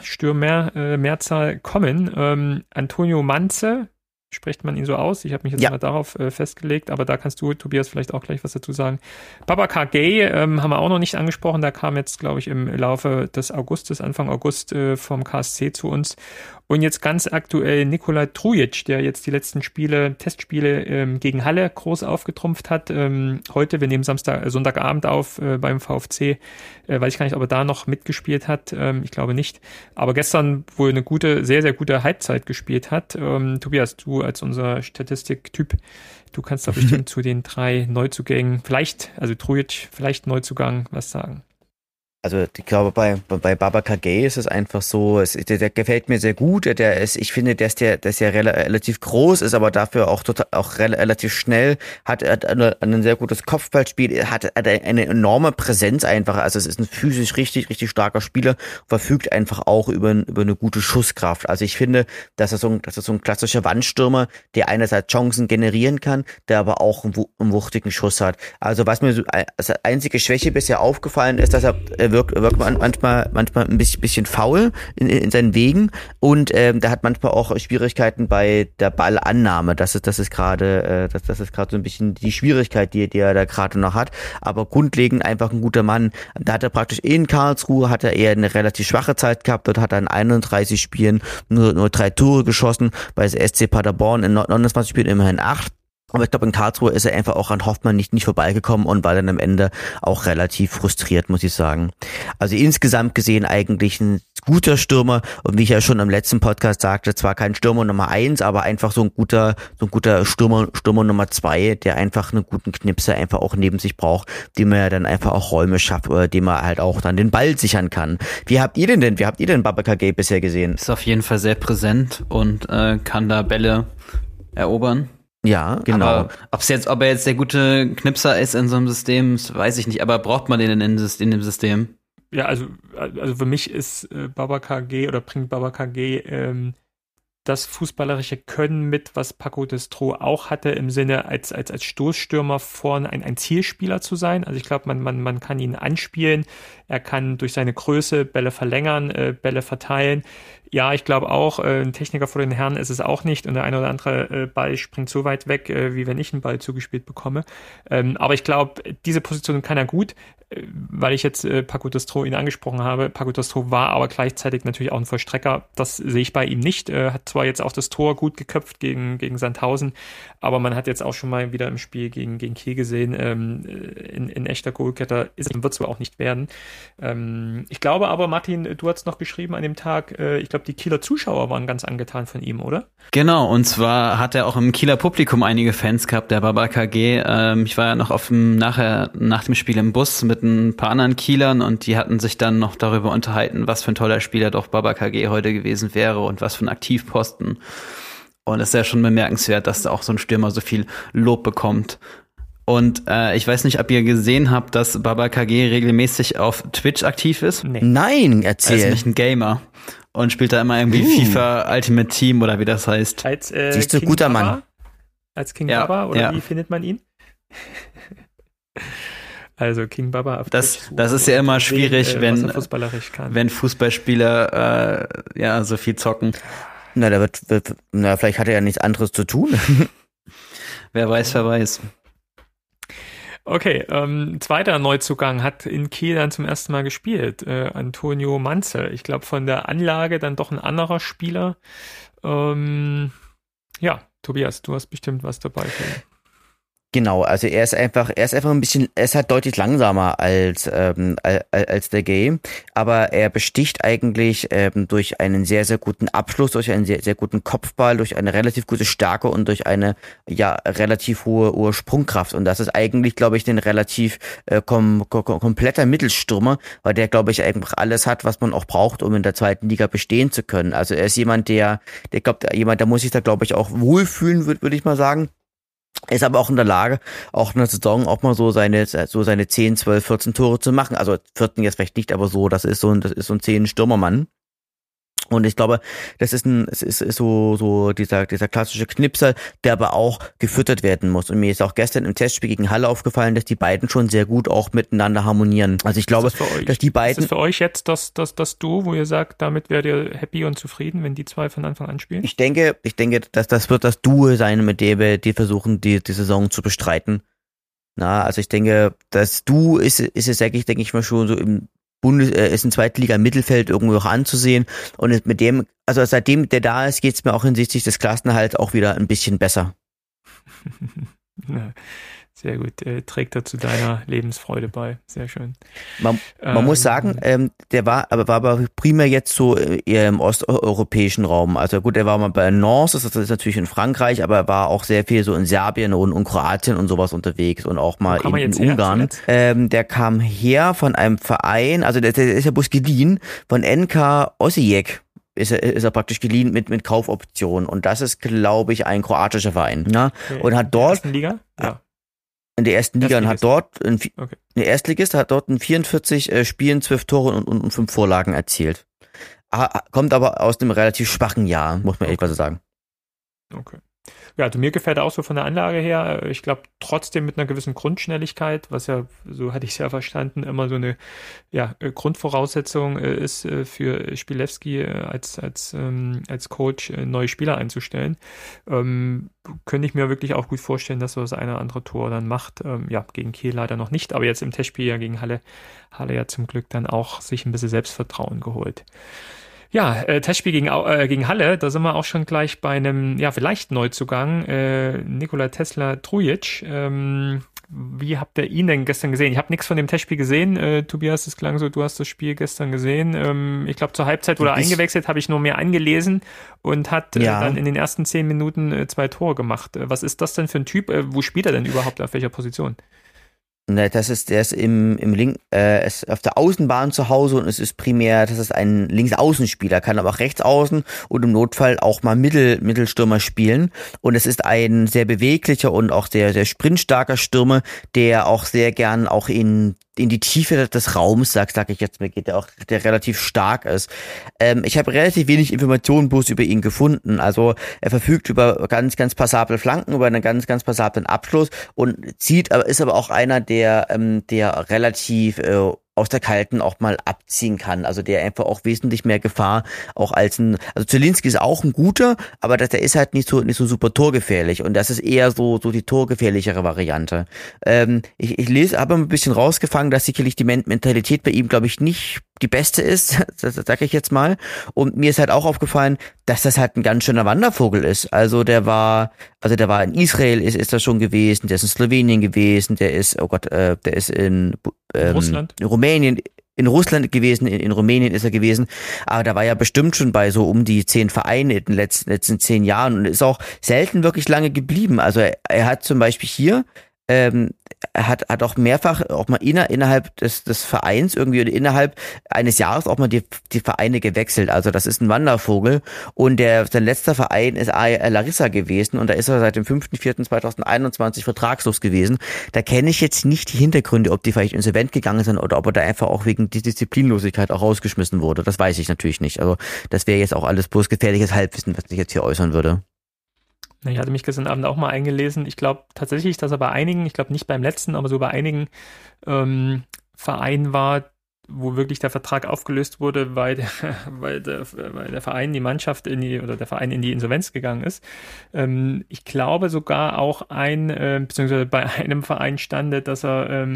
Mehrzahl kommen. Antonio Manze, spricht man ihn so aus? Ich habe mich jetzt mal darauf festgelegt, aber da kannst du, Tobias, vielleicht auch gleich was dazu sagen. Babacar Gay haben wir auch noch nicht angesprochen, da kam jetzt, glaube ich, im Laufe des Augustes, Anfang August vom KSC zu uns. Und jetzt ganz aktuell Nikola Trujic, der jetzt die letzten Testspiele gegen Halle groß aufgetrumpft hat. Heute, wir nehmen Sonntagabend auf beim VfC, weiß ich gar nicht, ob er da noch mitgespielt hat. Ich glaube nicht. Aber gestern wohl eine sehr, sehr gute Halbzeit gespielt hat. Tobias, du als unser Statistiktyp, du kannst da bestimmt zu den 3 Neuzugängen, Trujic, vielleicht Neuzugang, was sagen. Also ich glaube, bei Babacar Gay ist es einfach so, der gefällt mir sehr gut. Ich finde, der ist ja relativ groß, ist aber dafür auch relativ schnell, hat ein sehr gutes Kopfballspiel, hat eine enorme Präsenz einfach. Also es ist ein physisch richtig, richtig starker Spieler, verfügt einfach auch über eine gute Schusskraft. Also ich finde, dass er so ein klassischer Wandstürmer, der einerseits Chancen generieren kann, der aber auch einen wuchtigen Schuss hat. Also was mir so als einzige Schwäche bisher aufgefallen ist, dass er wirkt manchmal ein bisschen faul in seinen Wegen und da hat manchmal auch Schwierigkeiten bei der Ballannahme. Das ist gerade so ein bisschen die Schwierigkeit, die er da gerade noch hat. Aber grundlegend einfach ein guter Mann. Da hat er praktisch in Karlsruhe hat er eher eine relativ schwache Zeit gehabt. Dort hat er in 31 Spielen nur 3 Tore geschossen. Bei SC Paderborn in 29 Spielen immerhin 8. Aber ich glaube, in Karlsruhe ist er einfach auch an Hoffmann nicht vorbeigekommen und war dann am Ende auch relativ frustriert, muss ich sagen. Also insgesamt gesehen eigentlich ein guter Stürmer und wie ich ja schon im letzten Podcast sagte, zwar kein Stürmer Nummer 1, aber einfach so ein guter Stürmer Nummer 2, der einfach einen guten Knipser einfach auch neben sich braucht, dem er dann einfach auch Räume schafft oder dem er halt auch dann den Ball sichern kann. Wie habt ihr denn Babacar Gay bisher gesehen? Ist auf jeden Fall sehr präsent und kann da Bälle erobern. Ja, genau. Aber ob er jetzt der gute Knipser ist in so einem System, weiß ich nicht. Aber braucht man den in dem System? Ja, also für mich ist Babacar Gay oder bringt Babacar Gay das fußballerische Können mit, was Paco Destro auch hatte, im Sinne als Stoßstürmer vorne ein Zielspieler zu sein. Also ich glaube, man kann ihn anspielen. Er kann durch seine Größe Bälle verlängern, Bälle verteilen. Ja, ich glaube auch, ein Techniker vor den Herren ist es auch nicht und der eine oder andere Ball springt so weit weg, wie wenn ich einen Ball zugespielt bekomme. Aber ich glaube, diese Position kann er gut, weil ich jetzt Paco Destro ihn angesprochen habe. Paco Destro war aber gleichzeitig natürlich auch ein Vollstrecker. Das sehe ich bei ihm nicht. Hat zwar jetzt auch das Tor gut geköpft gegen Sandhausen, aber man hat jetzt auch schon mal wieder im Spiel gegen Kiel gesehen, in echter Goalgetter wird es wohl auch nicht werden. Ich glaube aber, Martin, du hast noch geschrieben an dem Tag, ich glaube, die Kieler Zuschauer waren ganz angetan von ihm, oder? Genau, und zwar hat er auch im Kieler Publikum einige Fans gehabt, der Babacar Gay. Ich war ja noch nach dem Spiel im Bus mit ein paar anderen Kielern und die hatten sich dann noch darüber unterhalten, was für ein toller Spieler doch Babacar Gay heute gewesen wäre und was für ein Aktivposten. Und es ist ja schon bemerkenswert, dass da auch so ein Stürmer so viel Lob bekommt. Und ich weiß nicht, ob ihr gesehen habt, dass Babacar Gay regelmäßig auf Twitch aktiv ist. Nee. Nein, erzähl. Er ist nämlich ein Gamer und spielt da immer irgendwie FIFA Ultimate Team oder wie das heißt. Siehst du, guter Mann. als King Baba oder wie findet man ihn? Also King Baba auf das ist ja immer schwierig, sehen, wenn Fußballspieler so viel zocken. Na, vielleicht hat er ja nichts anderes zu tun. Wer weiß. Okay, zweiter Neuzugang hat in Kiel dann zum ersten Mal gespielt, Antonio Manze. Ich glaube, von der Anlage dann doch ein anderer Spieler. Tobias, du hast bestimmt was dabei für ihn. Genau, also er ist einfach ein bisschen, er ist halt deutlich langsamer als der Gay, aber er besticht eigentlich durch einen sehr, sehr guten Abschluss, durch einen sehr, sehr guten Kopfball, durch eine relativ gute Stärke und durch eine relativ hohe Sprungkraft. Und das ist eigentlich, glaube ich, ein relativ kompletter Mittelstürmer, weil der, glaube ich, einfach alles hat, was man auch braucht, um in der zweiten Liga bestehen zu können. Also er ist jemand, der muss sich da, glaube ich, auch wohlfühlen, würde ich mal sagen. Er ist aber auch in der Lage, auch in der Saison auch mal so seine 10, 12, 14 Tore zu machen. Also 14 jetzt vielleicht nicht, aber so, das ist so ein 10-Stürmermann. Und ich glaube, es ist so dieser klassische Knipser, der aber auch gefüttert werden muss. Und mir ist auch gestern im Testspiel gegen Halle aufgefallen, dass die beiden schon sehr gut auch miteinander harmonieren. Also ich glaube, dass die beiden... Ist das für euch jetzt das Duo, wo ihr sagt, damit werdet ihr happy und zufrieden, wenn die zwei von Anfang an spielen? Ich denke, dass das wird das Duo sein, mit dem wir die versuchen, die Saison zu bestreiten. Also ich denke, das Duo ist es, denke ich mal, schon so im ist in Zweitliga Mittelfeld irgendwo noch anzusehen und mit dem, also seitdem der da ist, geht es mir auch hinsichtlich des Klassenerhalts auch wieder ein bisschen besser. Sehr gut, trägt er zu deiner Lebensfreude bei, sehr schön. Man muss sagen, der war aber primär jetzt so eher im osteuropäischen Raum. Also gut, er war mal bei Nantes, das ist natürlich in Frankreich, aber er war auch sehr viel so in Serbien und Kroatien und sowas unterwegs und auch mal in Ungarn. Der kam her von einem Verein, also der ist ja bloß geliehen, von NK Osijek. Ist er praktisch geliehen mit Kaufoption und das ist, glaube ich, ein kroatischer Verein. Ja? Okay. Und hat dort... In der ersten Liga? Ja. In der ersten Liga und hat dort, der Erstligist hat dort in 44 Spielen 12 Tore und 5 Vorlagen erzielt. Kommt aber aus einem relativ schwachen Jahr, muss man ehrlich so sagen. Okay. Ja, also mir gefällt er auch so von der Anlage her. Ich glaube, trotzdem mit einer gewissen Grundschnelligkeit, was ja, so hatte ich es ja verstanden, immer so eine Grundvoraussetzung ist für Spielewski als Coach neue Spieler einzustellen. Könnte ich mir wirklich auch gut vorstellen, dass er das eine oder andere Tor dann macht. Gegen Kiel leider noch nicht, aber jetzt im Testspiel ja gegen Halle ja zum Glück dann auch sich ein bisschen Selbstvertrauen geholt. Ja, Testspiel gegen Halle, da sind wir auch schon gleich bei einem, vielleicht Neuzugang, Nikola Tesla-Trujic. Wie habt ihr ihn denn gestern gesehen? Ich habe nichts von dem Testspiel gesehen. Tobias, es klang so, du hast das Spiel gestern gesehen. Ich glaube, zur Halbzeit wurde er eingewechselt, habe ich nur mehr angelesen und hat dann in den ersten 10 Minuten 2 Tore gemacht. Was ist das denn für ein Typ? Wo spielt er denn überhaupt, auf welcher Position? Der ist im Link, ist auf der Außenbahn zu Hause und das ist ein Linksaußenspieler, kann aber auch Rechtsaußen und im Notfall auch mal Mittelstürmer spielen. Und es ist ein sehr beweglicher und auch sehr, sehr sprintstarker Stürmer, der auch sehr gern auch in die Tiefe des Raums, sag ich jetzt mal, der relativ stark ist. Ich habe relativ wenig Informationen bloß über ihn gefunden. Also er verfügt über ganz, ganz passable Flanken, über einen ganz, ganz passablen Abschluss und ist aber auch einer, der relativ aus der Kalten auch mal abziehen kann. Also der einfach auch wesentlich mehr Gefahr auch also Zielinski ist auch ein guter, aber der ist halt nicht so super torgefährlich und das ist eher so die torgefährlichere Variante. Ich habe ein bisschen rausgefangen, dass sicherlich die Mentalität bei ihm, glaube ich, nicht die beste ist, das sage ich jetzt mal. Und mir ist halt auch aufgefallen, dass das halt ein ganz schöner Wandervogel ist. Also der war in Israel, ist er schon gewesen, der ist in Slowenien gewesen, der ist in Russland. Rumänien, in Russland gewesen, in Rumänien ist er gewesen, aber da war ja bestimmt schon bei so um die 10 Vereine in den letzten 10 Jahren und ist auch selten wirklich lange geblieben. Also er hat zum Beispiel hier er hat auch mehrfach auch mal innerhalb des Vereins irgendwie oder innerhalb eines Jahres auch mal die Vereine gewechselt. Also das ist ein Wandervogel und sein letzter Verein ist Larissa gewesen und da ist er seit dem 5.4.2021 vertragslos gewesen. Da kenne ich jetzt nicht die Hintergründe, ob die vielleicht insolvent gegangen sind oder ob er da einfach auch wegen Disziplinlosigkeit auch rausgeschmissen wurde. Das weiß ich natürlich nicht. Also das wäre jetzt auch alles bloß gefährliches Halbwissen, was ich jetzt hier äußern würde. Ich hatte mich gestern Abend auch mal eingelesen. Ich glaube tatsächlich, dass er bei einigen, ich glaube nicht beim letzten, aber so bei einigen Vereinen war, wo wirklich der Vertrag aufgelöst wurde, weil der Verein, die Mannschaft der Verein in die Insolvenz gegangen ist. Ich glaube sogar auch beziehungsweise bei einem Verein stand, dass er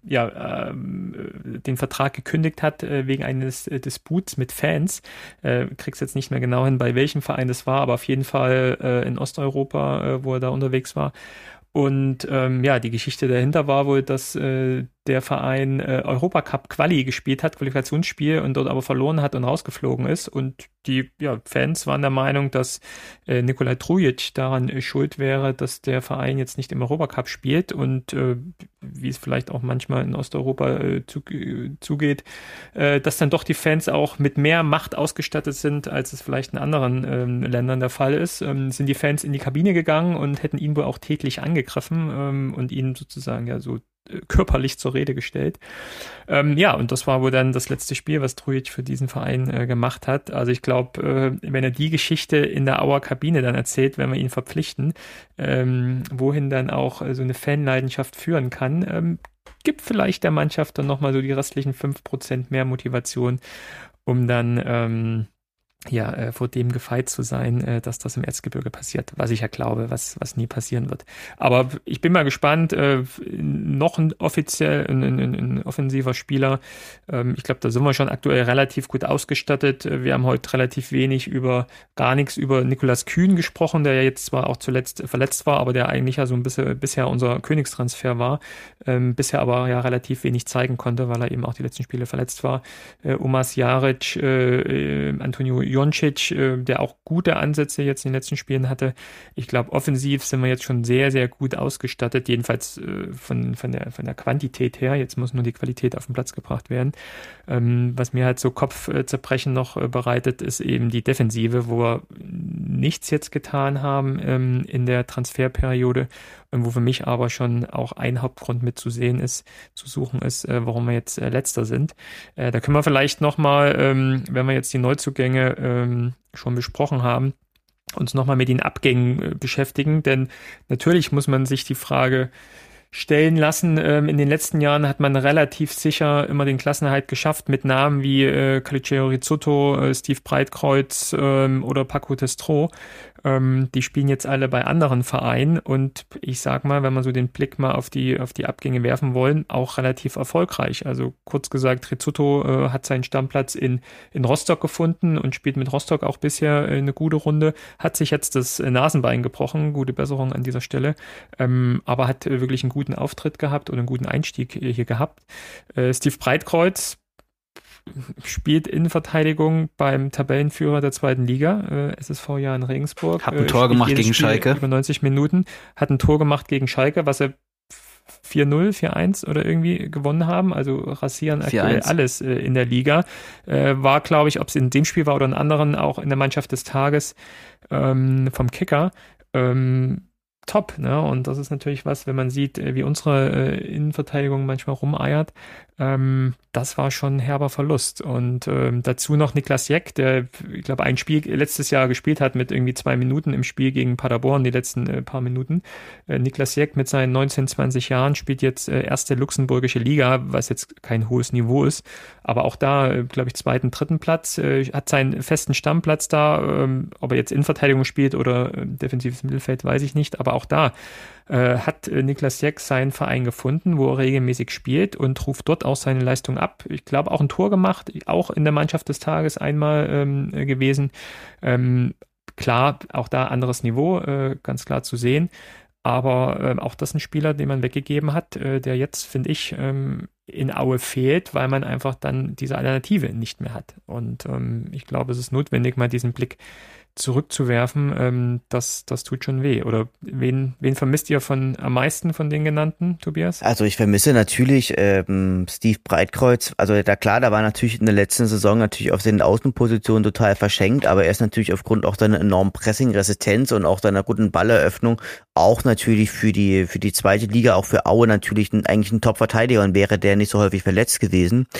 den Vertrag gekündigt hat wegen eines Disputs mit Fans. Krieg's jetzt nicht mehr genau hin, bei welchem Verein das war, aber auf jeden Fall in Osteuropa, wo er da unterwegs war. Und die Geschichte dahinter war wohl, dass der Verein Europacup-Quali gespielt hat, Qualifikationsspiel, und dort aber verloren hat und rausgeflogen ist. Und die Fans waren der Meinung, dass Nikolaj Trujic daran schuld wäre, dass der Verein jetzt nicht im Europacup spielt. Und wie es vielleicht auch manchmal in Osteuropa zugeht, dass dann doch die Fans auch mit mehr Macht ausgestattet sind, als es vielleicht in anderen Ländern der Fall ist. Sind die Fans in die Kabine gegangen und hätten ihn wohl auch tätlich angegriffen und ihn sozusagen so körperlich zur Rede gestellt. Und das war wohl dann das letzte Spiel, was Trujic für diesen Verein gemacht hat. Also ich glaube, wenn er die Geschichte in der Auer Kabine dann erzählt, wenn wir ihn verpflichten, wohin dann auch so eine Fanleidenschaft führen kann, gibt vielleicht der Mannschaft dann nochmal so die restlichen 5% mehr Motivation, um dann vor dem gefeit zu sein, dass das im Erzgebirge passiert, was ich ja glaube, was nie passieren wird. Aber ich bin mal gespannt, noch ein offensiver Spieler. Ich glaube, da sind wir schon aktuell relativ gut ausgestattet. Wir haben heute relativ gar nichts über Niklas Kühn gesprochen, der ja jetzt zwar auch zuletzt verletzt war, aber der eigentlich ja so ein bisschen bisher unser Königstransfer war, bisher aber ja relativ wenig zeigen konnte, weil er eben auch die letzten Spiele verletzt war. Omas Jaric, Antonio Joncic, der auch gute Ansätze jetzt in den letzten Spielen hatte. Ich glaube, offensiv sind wir jetzt schon sehr, sehr gut ausgestattet, jedenfalls von der Quantität her. Jetzt muss nur die Qualität auf den Platz gebracht werden. Was mir halt so Kopfzerbrechen noch bereitet, ist eben die Defensive, wo wir nichts jetzt getan haben in der Transferperiode und wo für mich aber schon auch ein Hauptgrund mit zu suchen ist, warum wir jetzt Letzter sind. Da können wir vielleicht nochmal, wenn wir jetzt die Neuzugänge schon besprochen haben, uns nochmal mit den Abgängen beschäftigen, denn natürlich muss man sich die Frage stellen lassen. In den letzten Jahren hat man relativ sicher immer den Klassenerhalt geschafft mit Namen wie Calogero Rizzotto, Steve Breitkreuz oder Paco Testro. Die spielen jetzt alle bei anderen Vereinen und ich sag mal, wenn wir so den Blick mal auf die Abgänge werfen wollen, auch relativ erfolgreich. Also kurz gesagt, Rizzotto hat seinen Stammplatz in Rostock gefunden und spielt mit Rostock auch bisher eine gute Runde, hat sich jetzt das Nasenbein gebrochen, gute Besserung an dieser Stelle, aber hat wirklich einen guten Auftritt gehabt und einen guten Einstieg hier gehabt. Steve Breitkreuz spielt Innenverteidigung beim Tabellenführer der 2. Liga, SSV Jahn Regensburg. Hat ein Tor gemacht gegen Schalke. Über 90 Minuten. Hat ein Tor gemacht gegen Schalke, was er 4-0, 4-1 oder irgendwie gewonnen haben. Also rasieren aktuell alles in der Liga. War, glaube ich, ob es in dem Spiel war oder in anderen, auch in der Mannschaft des Tages vom Kicker. Top, ne? Und das ist natürlich was, wenn man sieht, wie unsere Innenverteidigung manchmal rumeiert. Das war schon ein herber Verlust. Und dazu noch Niklas Jeck, der, ich glaube, ein Spiel letztes Jahr gespielt hat mit irgendwie 2 Minuten im Spiel gegen Paderborn, die letzten paar Minuten. Niklas Jeck mit seinen 19, 20 Jahren spielt jetzt erste luxemburgische Liga, was jetzt kein hohes Niveau ist. Aber auch da, glaube ich, 2., 3. Platz, hat seinen festen Stammplatz da. Ob er jetzt Innenverteidigung spielt oder defensives Mittelfeld, weiß ich nicht. Aber auch da hat Niklas Jeck seinen Verein gefunden, wo er regelmäßig spielt und ruft dort auch seine Leistung ab. Ich glaube, auch ein Tor gemacht, auch in der Mannschaft des Tages einmal gewesen. Klar, auch da anderes Niveau, ganz klar zu sehen. Aber auch das ein Spieler, den man weggegeben hat, der jetzt, finde ich, in Aue fehlt, weil man einfach dann diese Alternative nicht mehr hat. Und ich glaube, es ist notwendig, mal diesen Blick zurückzuwerfen, das tut schon weh. Oder wen vermisst ihr am meisten von den genannten, Tobias? Also ich vermisse natürlich Steve Breitkreuz. Also da war natürlich in der letzten Saison natürlich auf seinen Außenpositionen total verschenkt, aber er ist natürlich aufgrund auch seiner enormen Pressing-Resistenz und auch seiner guten Balleröffnung auch natürlich für die 2. Liga, auch für Aue natürlich eigentlich ein Top-Verteidiger und wäre der nicht so häufig verletzt gewesen.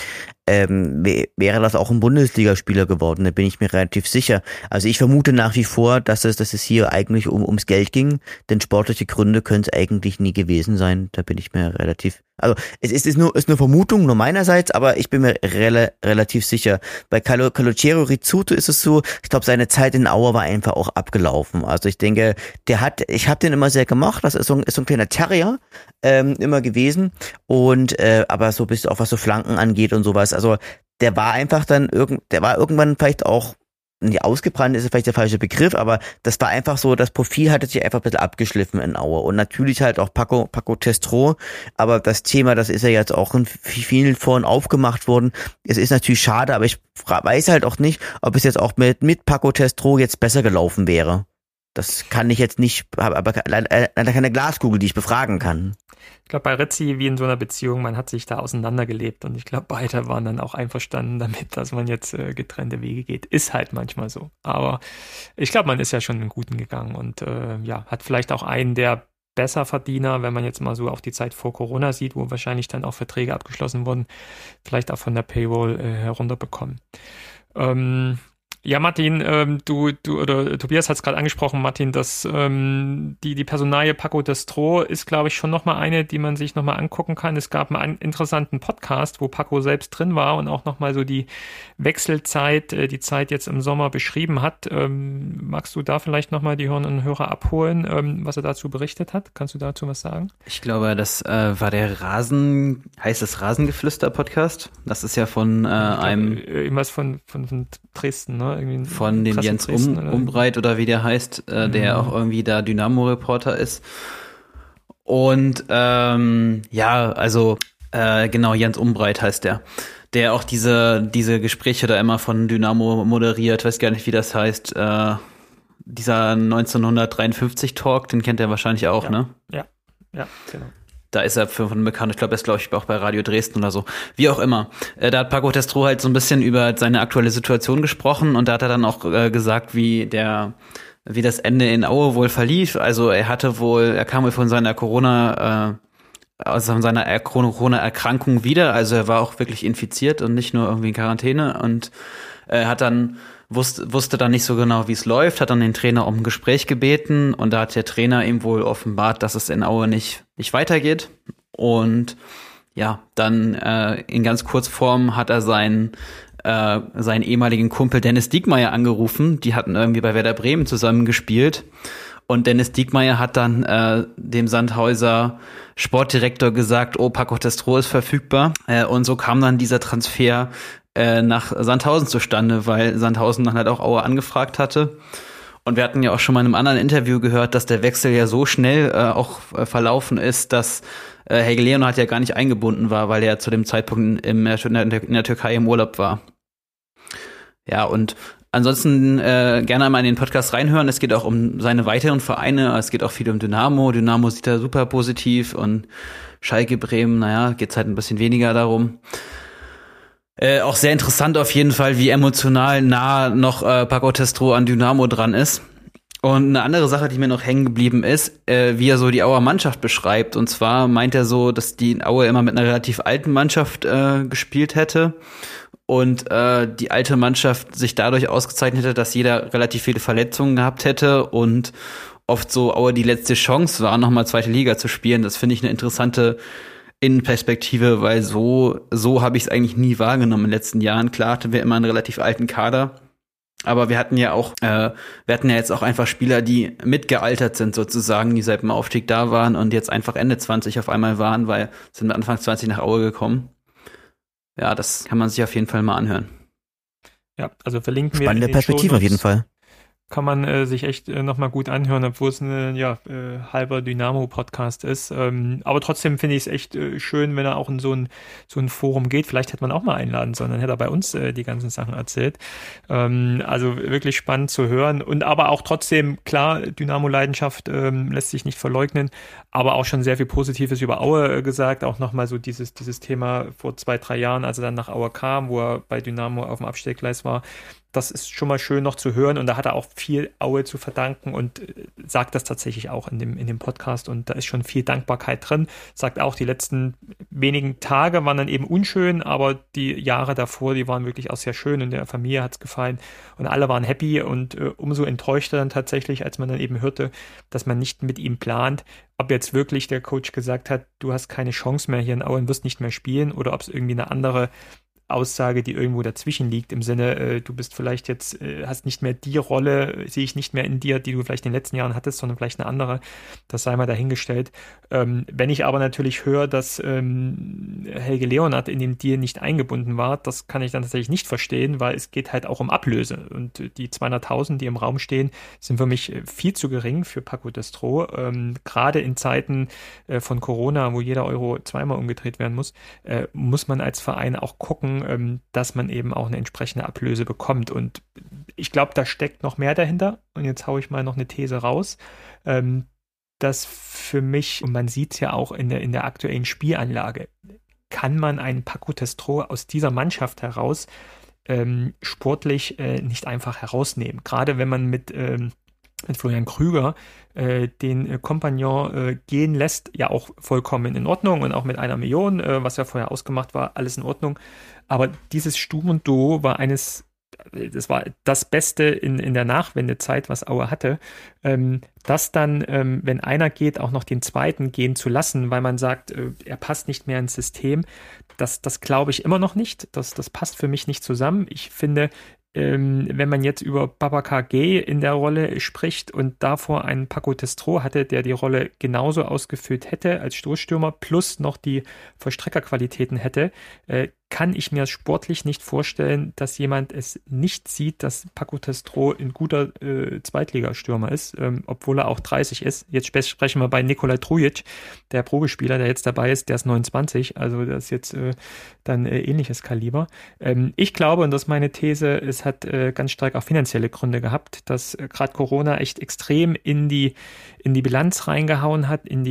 wäre das auch ein Bundesligaspieler geworden, da bin ich mir relativ sicher. Also ich vermute nach wie vor, dass es hier eigentlich ums Geld ging, denn sportliche Gründe können es eigentlich nie gewesen sein, da bin ich mir relativ, also es ist nur Vermutung, nur meinerseits, aber ich bin mir relativ sicher. Bei Calogero Rizzuto ist es so, ich glaube seine Zeit in Aue war einfach auch abgelaufen. Also ich denke, ich habe den immer sehr gemacht, das ist so ein kleiner Terrier immer gewesen und aber so bis auch was so Flanken angeht und sowas, also der war einfach der war irgendwann vielleicht auch nicht ausgebrannt, ist vielleicht der falsche Begriff, aber das war einfach so, das Profil hatte sich einfach ein bisschen abgeschliffen in Aue und natürlich halt auch Paco Testro, aber das Thema, das ist ja jetzt auch in vielen Foren aufgemacht worden, es ist natürlich schade, aber ich weiß halt auch nicht, ob es jetzt auch mit Paco Testro jetzt besser gelaufen wäre. Das kann ich jetzt nicht, aber leider keine Glaskugel, die ich befragen kann. Ich glaube, bei Rizzi, wie in so einer Beziehung, man hat sich da auseinandergelebt und ich glaube, beide waren dann auch einverstanden damit, dass man jetzt getrennte Wege geht. Ist halt manchmal so. Aber ich glaube, man ist ja schon einen Guten gegangen und hat vielleicht auch einen der Besserverdiener, wenn man jetzt mal so auch die Zeit vor Corona sieht, wo wahrscheinlich dann auch Verträge abgeschlossen wurden, vielleicht auch von der Paywall herunterbekommen. Ja, Martin, du oder Tobias hat es gerade angesprochen, Martin, dass die Personalie Paco Testro ist, glaube ich, schon nochmal eine, die man sich nochmal angucken kann. Es gab einen interessanten Podcast, wo Paco selbst drin war und auch nochmal so die Wechselzeit, die Zeit jetzt im Sommer beschrieben hat. Magst du da vielleicht nochmal die Hörerinnen und Hörer abholen, was er dazu berichtet hat? Kannst du dazu was sagen? Ich glaube, das war der Rasengeflüster-Podcast. Das ist ja von einem... Irgendwas von Dresden, ne? Irgendwie von dem Jens Umbreit oder wie der heißt, der auch irgendwie da Dynamo-Reporter ist. Und genau, Jens Umbreit heißt der auch diese Gespräche da immer von Dynamo moderiert, weiß gar nicht, wie das heißt, dieser 1953-Talk, den kennt er wahrscheinlich auch, ne? Ja, genau. Da ist er von bekannt. Ich glaube, er ist, auch bei Radio Dresden oder so. Wie auch immer. Da hat Paco Testro halt so ein bisschen über seine aktuelle Situation gesprochen und da hat er dann auch gesagt, wie das Ende in Aue wohl verlief. Also er kam wohl von seiner Corona-Erkrankung wieder. Also er war auch wirklich infiziert und nicht nur irgendwie in Quarantäne und hat dann wusste dann nicht so genau, wie es läuft, hat dann den Trainer um ein Gespräch gebeten und da hat der Trainer ihm wohl offenbart, dass es in Aue nicht weitergeht und ja, dann in ganz Kurzform hat er seinen ehemaligen Kumpel Dennis Diekmeyer angerufen, die hatten irgendwie bei Werder Bremen zusammen gespielt und Dennis Diekmeyer hat dann dem Sandhauser Sportdirektor gesagt, oh, Paco Testro ist verfügbar und so kam dann dieser Transfer nach Sandhausen zustande, weil Sandhausen dann halt auch Aue angefragt hatte. Und wir hatten ja auch schon mal in einem anderen Interview gehört, dass der Wechsel ja so schnell auch verlaufen ist, dass Helge Leonhardt ja gar nicht eingebunden war, weil er zu dem Zeitpunkt in der Türkei im Urlaub war. Ja, und ansonsten gerne einmal in den Podcast reinhören. Es geht auch um seine weiteren Vereine. Es geht auch viel um Dynamo. Dynamo sieht er super positiv und Schalke Bremen, geht's halt ein bisschen weniger darum. Auch sehr interessant auf jeden Fall, wie emotional nah noch Paco Testro an Dynamo dran ist. Und eine andere Sache, die mir noch hängen geblieben ist, wie er so die Auer Mannschaft beschreibt. Und zwar meint er so, dass die Aue immer mit einer relativ alten Mannschaft gespielt hätte. Und die alte Mannschaft sich dadurch ausgezeichnet hätte, dass jeder relativ viele Verletzungen gehabt hätte und oft so Aue die letzte Chance war, nochmal zweite Liga zu spielen. Das finde ich eine interessante Innenperspektive, weil so habe ich es eigentlich nie wahrgenommen in den letzten Jahren. Klar hatten wir immer einen relativ alten Kader, aber wir hatten ja jetzt auch einfach Spieler, die mitgealtert sind sozusagen, die seit dem Aufstieg da waren und jetzt einfach Ende 20 auf einmal waren, weil sind Anfang 20 nach Aue gekommen. Ja, das kann man sich auf jeden Fall mal anhören. Ja, also verlinken wir. Spannende Perspektive auf jeden Fall. Kann man sich echt nochmal gut anhören, obwohl es ein halber Dynamo-Podcast ist. Aber trotzdem finde ich es echt schön, wenn er auch in so ein Forum geht. Vielleicht hätte man auch mal einladen sollen, dann hätte er bei uns die ganzen Sachen erzählt. Also wirklich spannend zu hören. Und aber auch trotzdem, klar, Dynamo-Leidenschaft lässt sich nicht verleugnen, aber auch schon sehr viel Positives über Aue gesagt. Auch nochmal so dieses Thema vor 2-3 Jahren, als er dann nach Aue kam, wo er bei Dynamo auf dem Abstellgleis war. Das ist schon mal schön noch zu hören und da hat er auch viel Aue zu verdanken und sagt das tatsächlich auch in dem Podcast und da ist schon viel Dankbarkeit drin. Sagt auch, die letzten wenigen Tage waren dann eben unschön, aber die Jahre davor, die waren wirklich auch sehr schön und der Familie hat es gefallen und alle waren happy und umso enttäuschter dann tatsächlich, als man dann eben hörte, dass man nicht mit ihm plant, ob jetzt wirklich der Coach gesagt hat, du hast keine Chance mehr hier in Aue und wirst nicht mehr spielen oder ob es irgendwie eine andere Aussage, die irgendwo dazwischen liegt, im Sinne, du bist vielleicht jetzt, hast nicht mehr die Rolle, sehe ich nicht mehr in dir, die du vielleicht in den letzten Jahren hattest, sondern vielleicht eine andere. Das sei mal dahingestellt. Wenn ich aber natürlich höre, dass Helge Leonhardt in dem Deal nicht eingebunden war, das kann ich dann tatsächlich nicht verstehen, weil es geht halt auch um Ablöse. Und die 200.000, die im Raum stehen, sind für mich viel zu gering für Paco Destro. Gerade in Zeiten von Corona, wo jeder Euro zweimal umgedreht werden muss man als Verein auch gucken, dass man eben auch eine entsprechende Ablöse bekommt. Und ich glaube, da steckt noch mehr dahinter. Und jetzt haue ich mal noch eine These raus, dass für mich, und man sieht es ja auch in der aktuellen Spielanlage, kann man einen Paco Destro aus dieser Mannschaft heraus sportlich nicht einfach herausnehmen. Gerade wenn man mit Florian Krüger den Kompagnon gehen lässt, ja auch vollkommen in Ordnung und auch mit 1 Million, was ja vorher ausgemacht war, alles in Ordnung. Aber dieses Sturm und Duo war das war das Beste in der Nachwendezeit, was Aue hatte. Das dann, wenn einer geht, auch noch den zweiten gehen zu lassen, weil man sagt, er passt nicht mehr ins System, das glaube ich immer noch nicht. Das passt für mich nicht zusammen. Ich finde, wenn man jetzt über Babacar Gueye in der Rolle spricht und davor einen Paco Destro hatte, der die Rolle genauso ausgefüllt hätte als Stoßstürmer plus noch die Vollstreckerqualitäten hätte, kann ich mir sportlich nicht vorstellen, dass jemand es nicht sieht, dass Paco Destro ein guter Zweitligastürmer ist, obwohl er auch 30 ist. Jetzt sprechen wir bei Nikolaj Trujic, der Probespieler, der jetzt dabei ist, der ist 29, also das ist jetzt dann ähnliches Kaliber. Ich glaube, und das ist meine These, es hat ganz stark auch finanzielle Gründe gehabt, dass gerade Corona echt extrem in die Bilanz reingehauen hat, in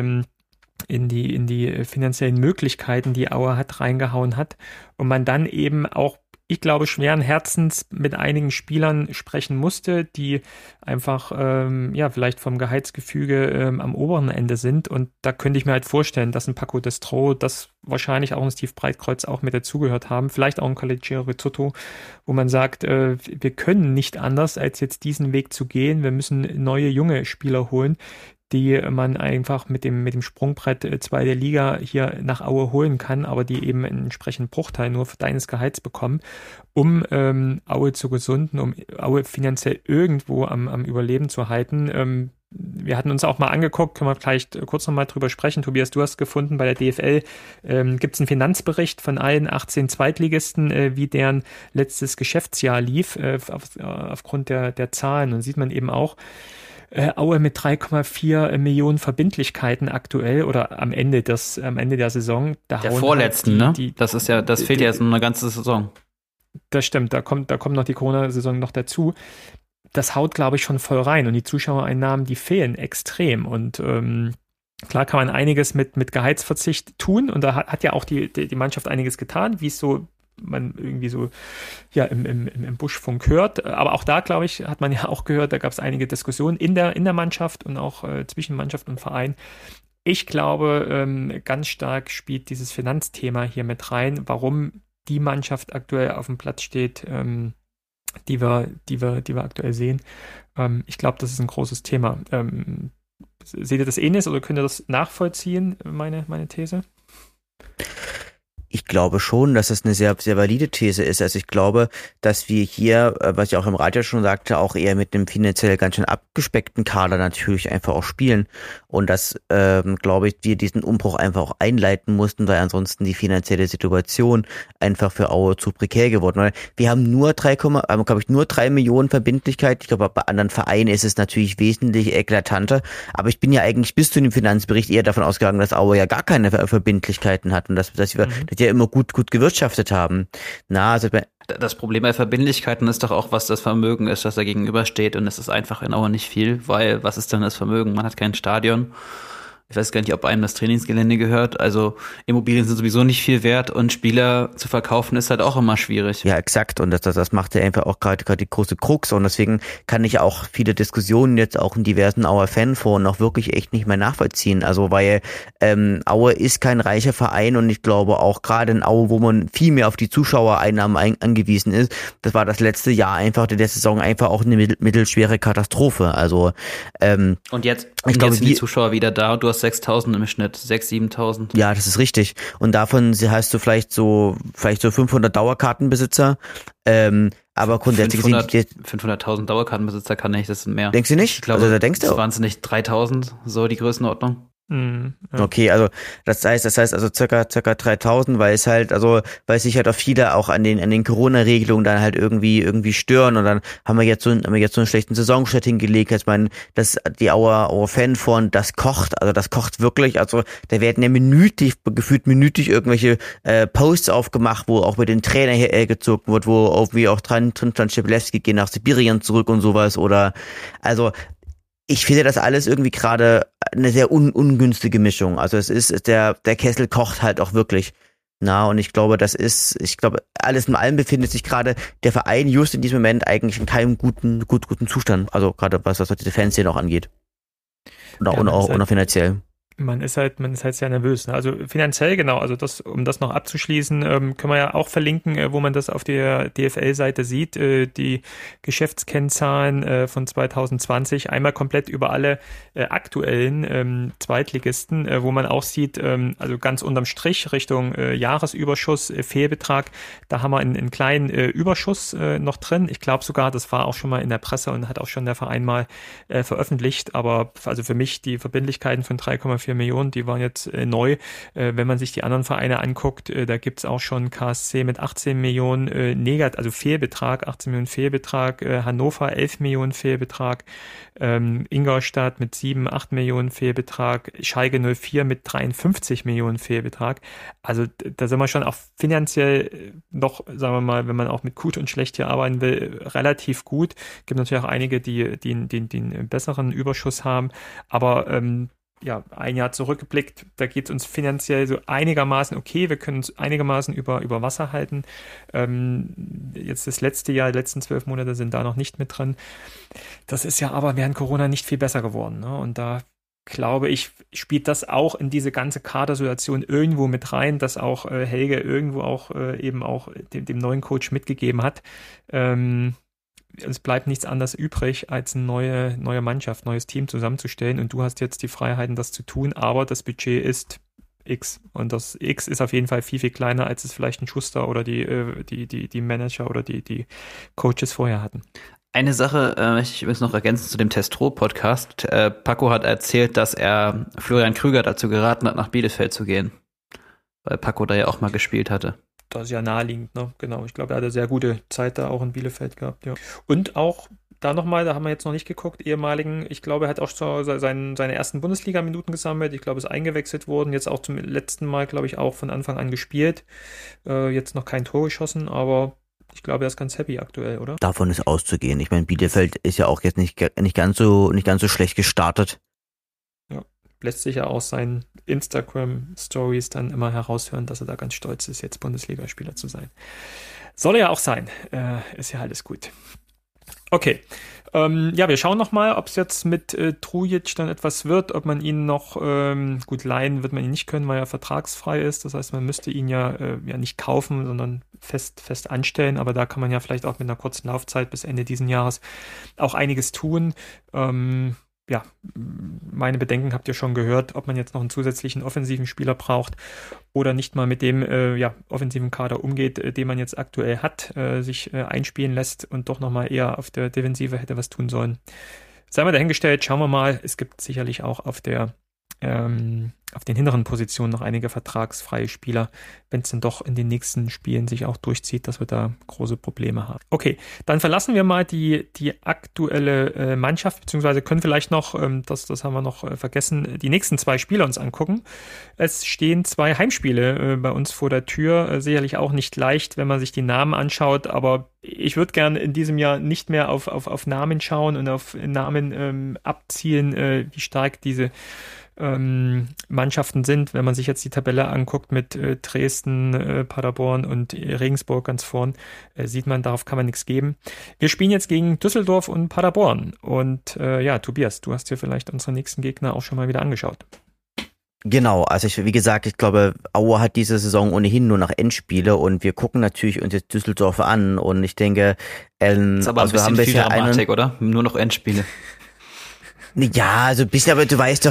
die finanziellen Möglichkeiten, die Aue hat, reingehauen hat und man dann eben auch, ich glaube, schweren Herzens mit einigen Spielern sprechen musste, die einfach vielleicht vom Gehaltsgefüge am oberen Ende sind und da könnte ich mir halt vorstellen, dass ein Paco Destro, das wahrscheinlich auch ein Steve Breitkreuz auch mit dazugehört haben, vielleicht auch ein Calogero Rizzotto, wo man sagt, wir können nicht anders, als jetzt diesen Weg zu gehen, wir müssen neue, junge Spieler holen, die man einfach mit dem Sprungbrett 2 der Liga hier nach Aue holen kann, aber die eben einen entsprechenden Bruchteil nur für deines Gehalts bekommen, um Aue zu gesunden, um Aue finanziell irgendwo am Überleben zu halten. Wir hatten uns auch mal angeguckt, können wir vielleicht kurz nochmal drüber sprechen. Tobias, du hast gefunden, bei der DFL gibt es einen Finanzbericht von allen 18 Zweitligisten, wie deren letztes Geschäftsjahr lief, aufgrund der Zahlen. Und sieht man eben auch, Aue mit 3,4 Millionen Verbindlichkeiten aktuell oder am Ende der Saison. Der vorletzten, halt das fehlt ja jetzt noch eine ganze Saison. Das stimmt, da kommt noch die Corona-Saison noch dazu. Das haut, glaube ich, schon voll rein und die Zuschauereinnahmen, die fehlen extrem und klar kann man einiges mit Gehaltsverzicht tun und da hat ja auch die Mannschaft einiges getan, wie es so man irgendwie so im Buschfunk hört. Aber auch da, glaube ich, hat man ja auch gehört, da gab es einige Diskussionen in der Mannschaft und auch zwischen Mannschaft und Verein. Ich glaube, ganz stark spielt dieses Finanzthema hier mit rein, warum die Mannschaft aktuell auf dem Platz steht, die wir aktuell sehen. Ich glaube, das ist ein großes Thema. Seht ihr das ähnlich oder könnt ihr das nachvollziehen, meine These? Ich glaube schon, dass es eine sehr, sehr valide These ist. Also ich glaube, dass wir hier, was ich auch im Radio schon sagte, auch eher mit einem finanziell ganz schön abgespeckten Kader natürlich einfach auch spielen. Und dass, glaube ich, wir diesen Umbruch einfach auch einleiten mussten, weil ansonsten die finanzielle Situation einfach für Aue zu prekär geworden war. Wir haben nur 3 Millionen Verbindlichkeit. Ich glaube, bei anderen Vereinen ist es natürlich wesentlich eklatanter. Aber ich bin ja eigentlich bis zu dem Finanzbericht eher davon ausgegangen, dass Aue ja gar keine Verbindlichkeiten hat und dass wir ja immer gut gewirtschaftet haben. Das Problem bei Verbindlichkeiten ist doch auch, was das Vermögen ist, das da gegenübersteht und es ist einfach in Aue nicht viel, weil was ist denn das Vermögen? Man hat kein Stadion, Ich weiß gar nicht, ob einem das Trainingsgelände gehört. Also Immobilien sind sowieso nicht viel wert und Spieler zu verkaufen ist halt auch immer schwierig. Ja, exakt. Und das macht ja einfach auch gerade die große Krux. Und deswegen kann ich auch viele Diskussionen jetzt auch in diversen Auer Fanforen noch wirklich echt nicht mehr nachvollziehen. Also weil Aue ist kein reicher Verein und ich glaube auch gerade in Aue, wo man viel mehr auf die Zuschauereinnahmen angewiesen ist, das war das letzte Jahr einfach der Saison einfach auch eine mittelschwere Katastrophe. Also und jetzt sind die Zuschauer wieder da und du hast 6.000 im Schnitt, 6.000, 7.000. Ja, das ist richtig. Und davon hast du vielleicht so 500 Dauerkartenbesitzer. Aber grundsätzlich 500.000 Dauerkartenbesitzer kann nicht, das sind mehr. Denkst du nicht? Ich glaube, also da denkst du waren es nicht 3.000, so die Größenordnung? Ja. Okay, also das heißt also circa 3.000, weil sich halt auch viele auch an den Corona-Regelungen dann halt irgendwie stören und dann haben wir jetzt so einen schlechten Saisonstart hingelegt. Ich meine, die Auer Fanforen, das kocht wirklich. Also da werden ja gefühlt minütlich irgendwelche Posts aufgemacht, wo auch mit den Trainer hergezogen wird, wo irgendwie auch dran stand, Scheblewski geht nach Sibirien zurück und sowas oder also ich finde das alles irgendwie gerade eine sehr ungünstige Mischung. Also es ist, der Kessel kocht halt auch wirklich. Und ich glaube, alles in allem befindet sich gerade der Verein just in diesem Moment eigentlich in keinem guten Zustand. Also gerade was diese Fanszene auch angeht. Und auch finanziell. Man ist halt sehr nervös. Ne? Also finanziell, genau, also um das noch abzuschließen, können wir ja auch verlinken, wo man das auf der DFL-Seite sieht, die Geschäftskennzahlen von 2020, einmal komplett über alle aktuellen Zweitligisten, wo man auch sieht, also ganz unterm Strich Richtung Jahresüberschuss, Fehlbetrag, da haben wir einen kleinen Überschuss noch drin. Ich glaube sogar, das war auch schon mal in der Presse und hat auch schon der Verein mal veröffentlicht, aber also für mich die Verbindlichkeiten von 3,4 Millionen, die waren jetzt neu. Wenn man sich die anderen Vereine anguckt, da gibt's auch schon KSC mit 18 Millionen also Fehlbetrag, 18 Millionen Fehlbetrag, Hannover 11 Millionen Fehlbetrag, Ingolstadt mit 7, 8 Millionen Fehlbetrag, Schalke 04 mit 53 Millionen Fehlbetrag. Also da sind wir schon auch finanziell noch, sagen wir mal, wenn man auch mit gut und schlecht hier arbeiten will, relativ gut. Gibt natürlich auch einige, die einen besseren Überschuss haben, aber ein Jahr zurückgeblickt, da geht es uns finanziell so einigermaßen okay, wir können uns einigermaßen über Wasser halten. Jetzt das letzte Jahr, die letzten 12 Monate sind da noch nicht mit drin. Das ist ja aber während Corona nicht viel besser geworden. Ne? Und da glaube ich, spielt das auch in diese ganze Kadersituation irgendwo mit rein, dass auch Helge irgendwo auch eben auch dem neuen Coach mitgegeben hat. Es bleibt nichts anderes übrig, als eine neue Mannschaft, neues Team zusammenzustellen und du hast jetzt die Freiheiten, das zu tun, aber das Budget ist X und das X ist auf jeden Fall viel, viel kleiner, als es vielleicht ein Schuster oder die Manager oder die Coaches vorher hatten. Eine Sache möchte ich übrigens noch ergänzen zu dem Testro-Podcast. Paco hat erzählt, dass er Florian Krüger dazu geraten hat, nach Bielefeld zu gehen, weil Paco da ja auch mal gespielt hatte. Das ist ja naheliegend, ne? Genau. Ich glaube, er hat eine sehr gute Zeit da auch in Bielefeld gehabt, ja. Und auch da nochmal, da haben wir jetzt noch nicht geguckt, ich glaube, er hat auch so seine ersten Bundesliga-Minuten gesammelt. Ich glaube, ist eingewechselt worden. Jetzt auch zum letzten Mal, glaube ich, auch von Anfang an gespielt. Jetzt noch kein Tor geschossen, aber ich glaube, er ist ganz happy aktuell, oder? Davon ist auszugehen. Ich meine, Bielefeld ist ja auch jetzt nicht ganz so schlecht gestartet. Ja, lässt sich ja aus seinen Instagram-Stories dann immer heraushören, dass er da ganz stolz ist, jetzt Bundesligaspieler zu sein. Soll er ja auch sein. Ist ja alles gut. Okay. Wir schauen nochmal, ob es jetzt mit Trujic dann etwas wird, ob man ihn noch, gut leihen wird man ihn nicht können, weil er vertragsfrei ist. Das heißt, man müsste ihn ja nicht kaufen, sondern fest anstellen. Aber da kann man ja vielleicht auch mit einer kurzen Laufzeit bis Ende diesen Jahres auch einiges tun. Meine Bedenken habt ihr schon gehört, ob man jetzt noch einen zusätzlichen offensiven Spieler braucht oder nicht mal mit dem offensiven Kader umgeht, den man jetzt aktuell hat, sich einspielen lässt und doch nochmal eher auf der Defensive hätte was tun sollen. Sei mal dahingestellt, schauen wir mal. Es gibt sicherlich auch auf den hinteren Positionen noch einige vertragsfreie Spieler, wenn es dann doch in den nächsten Spielen sich auch durchzieht, dass wir da große Probleme haben. Okay, dann verlassen wir mal die aktuelle Mannschaft, beziehungsweise können vielleicht noch, das haben wir noch vergessen, die nächsten 2 Spiele uns angucken. Es stehen 2 Heimspiele bei uns vor der Tür, sicherlich auch nicht leicht, wenn man sich die Namen anschaut, aber ich würde gerne in diesem Jahr nicht mehr auf Namen schauen und auf Namen abzielen, wie stark diese Mannschaften sind. Wenn man sich jetzt die Tabelle anguckt mit Dresden, Paderborn und Regensburg ganz vorn, sieht man, darauf kann man nichts geben. Wir spielen jetzt gegen Düsseldorf und Paderborn. Und Tobias, du hast dir vielleicht unsere nächsten Gegner auch schon mal wieder angeschaut. Genau, also wie gesagt, ich glaube, Aue hat diese Saison ohnehin nur noch Endspiele und wir gucken natürlich uns jetzt Düsseldorf an und ich denke, das ist aber also ein bisschen viel Dramatik, oder? Nur noch Endspiele. Ja, also ein bisschen, aber du weißt doch,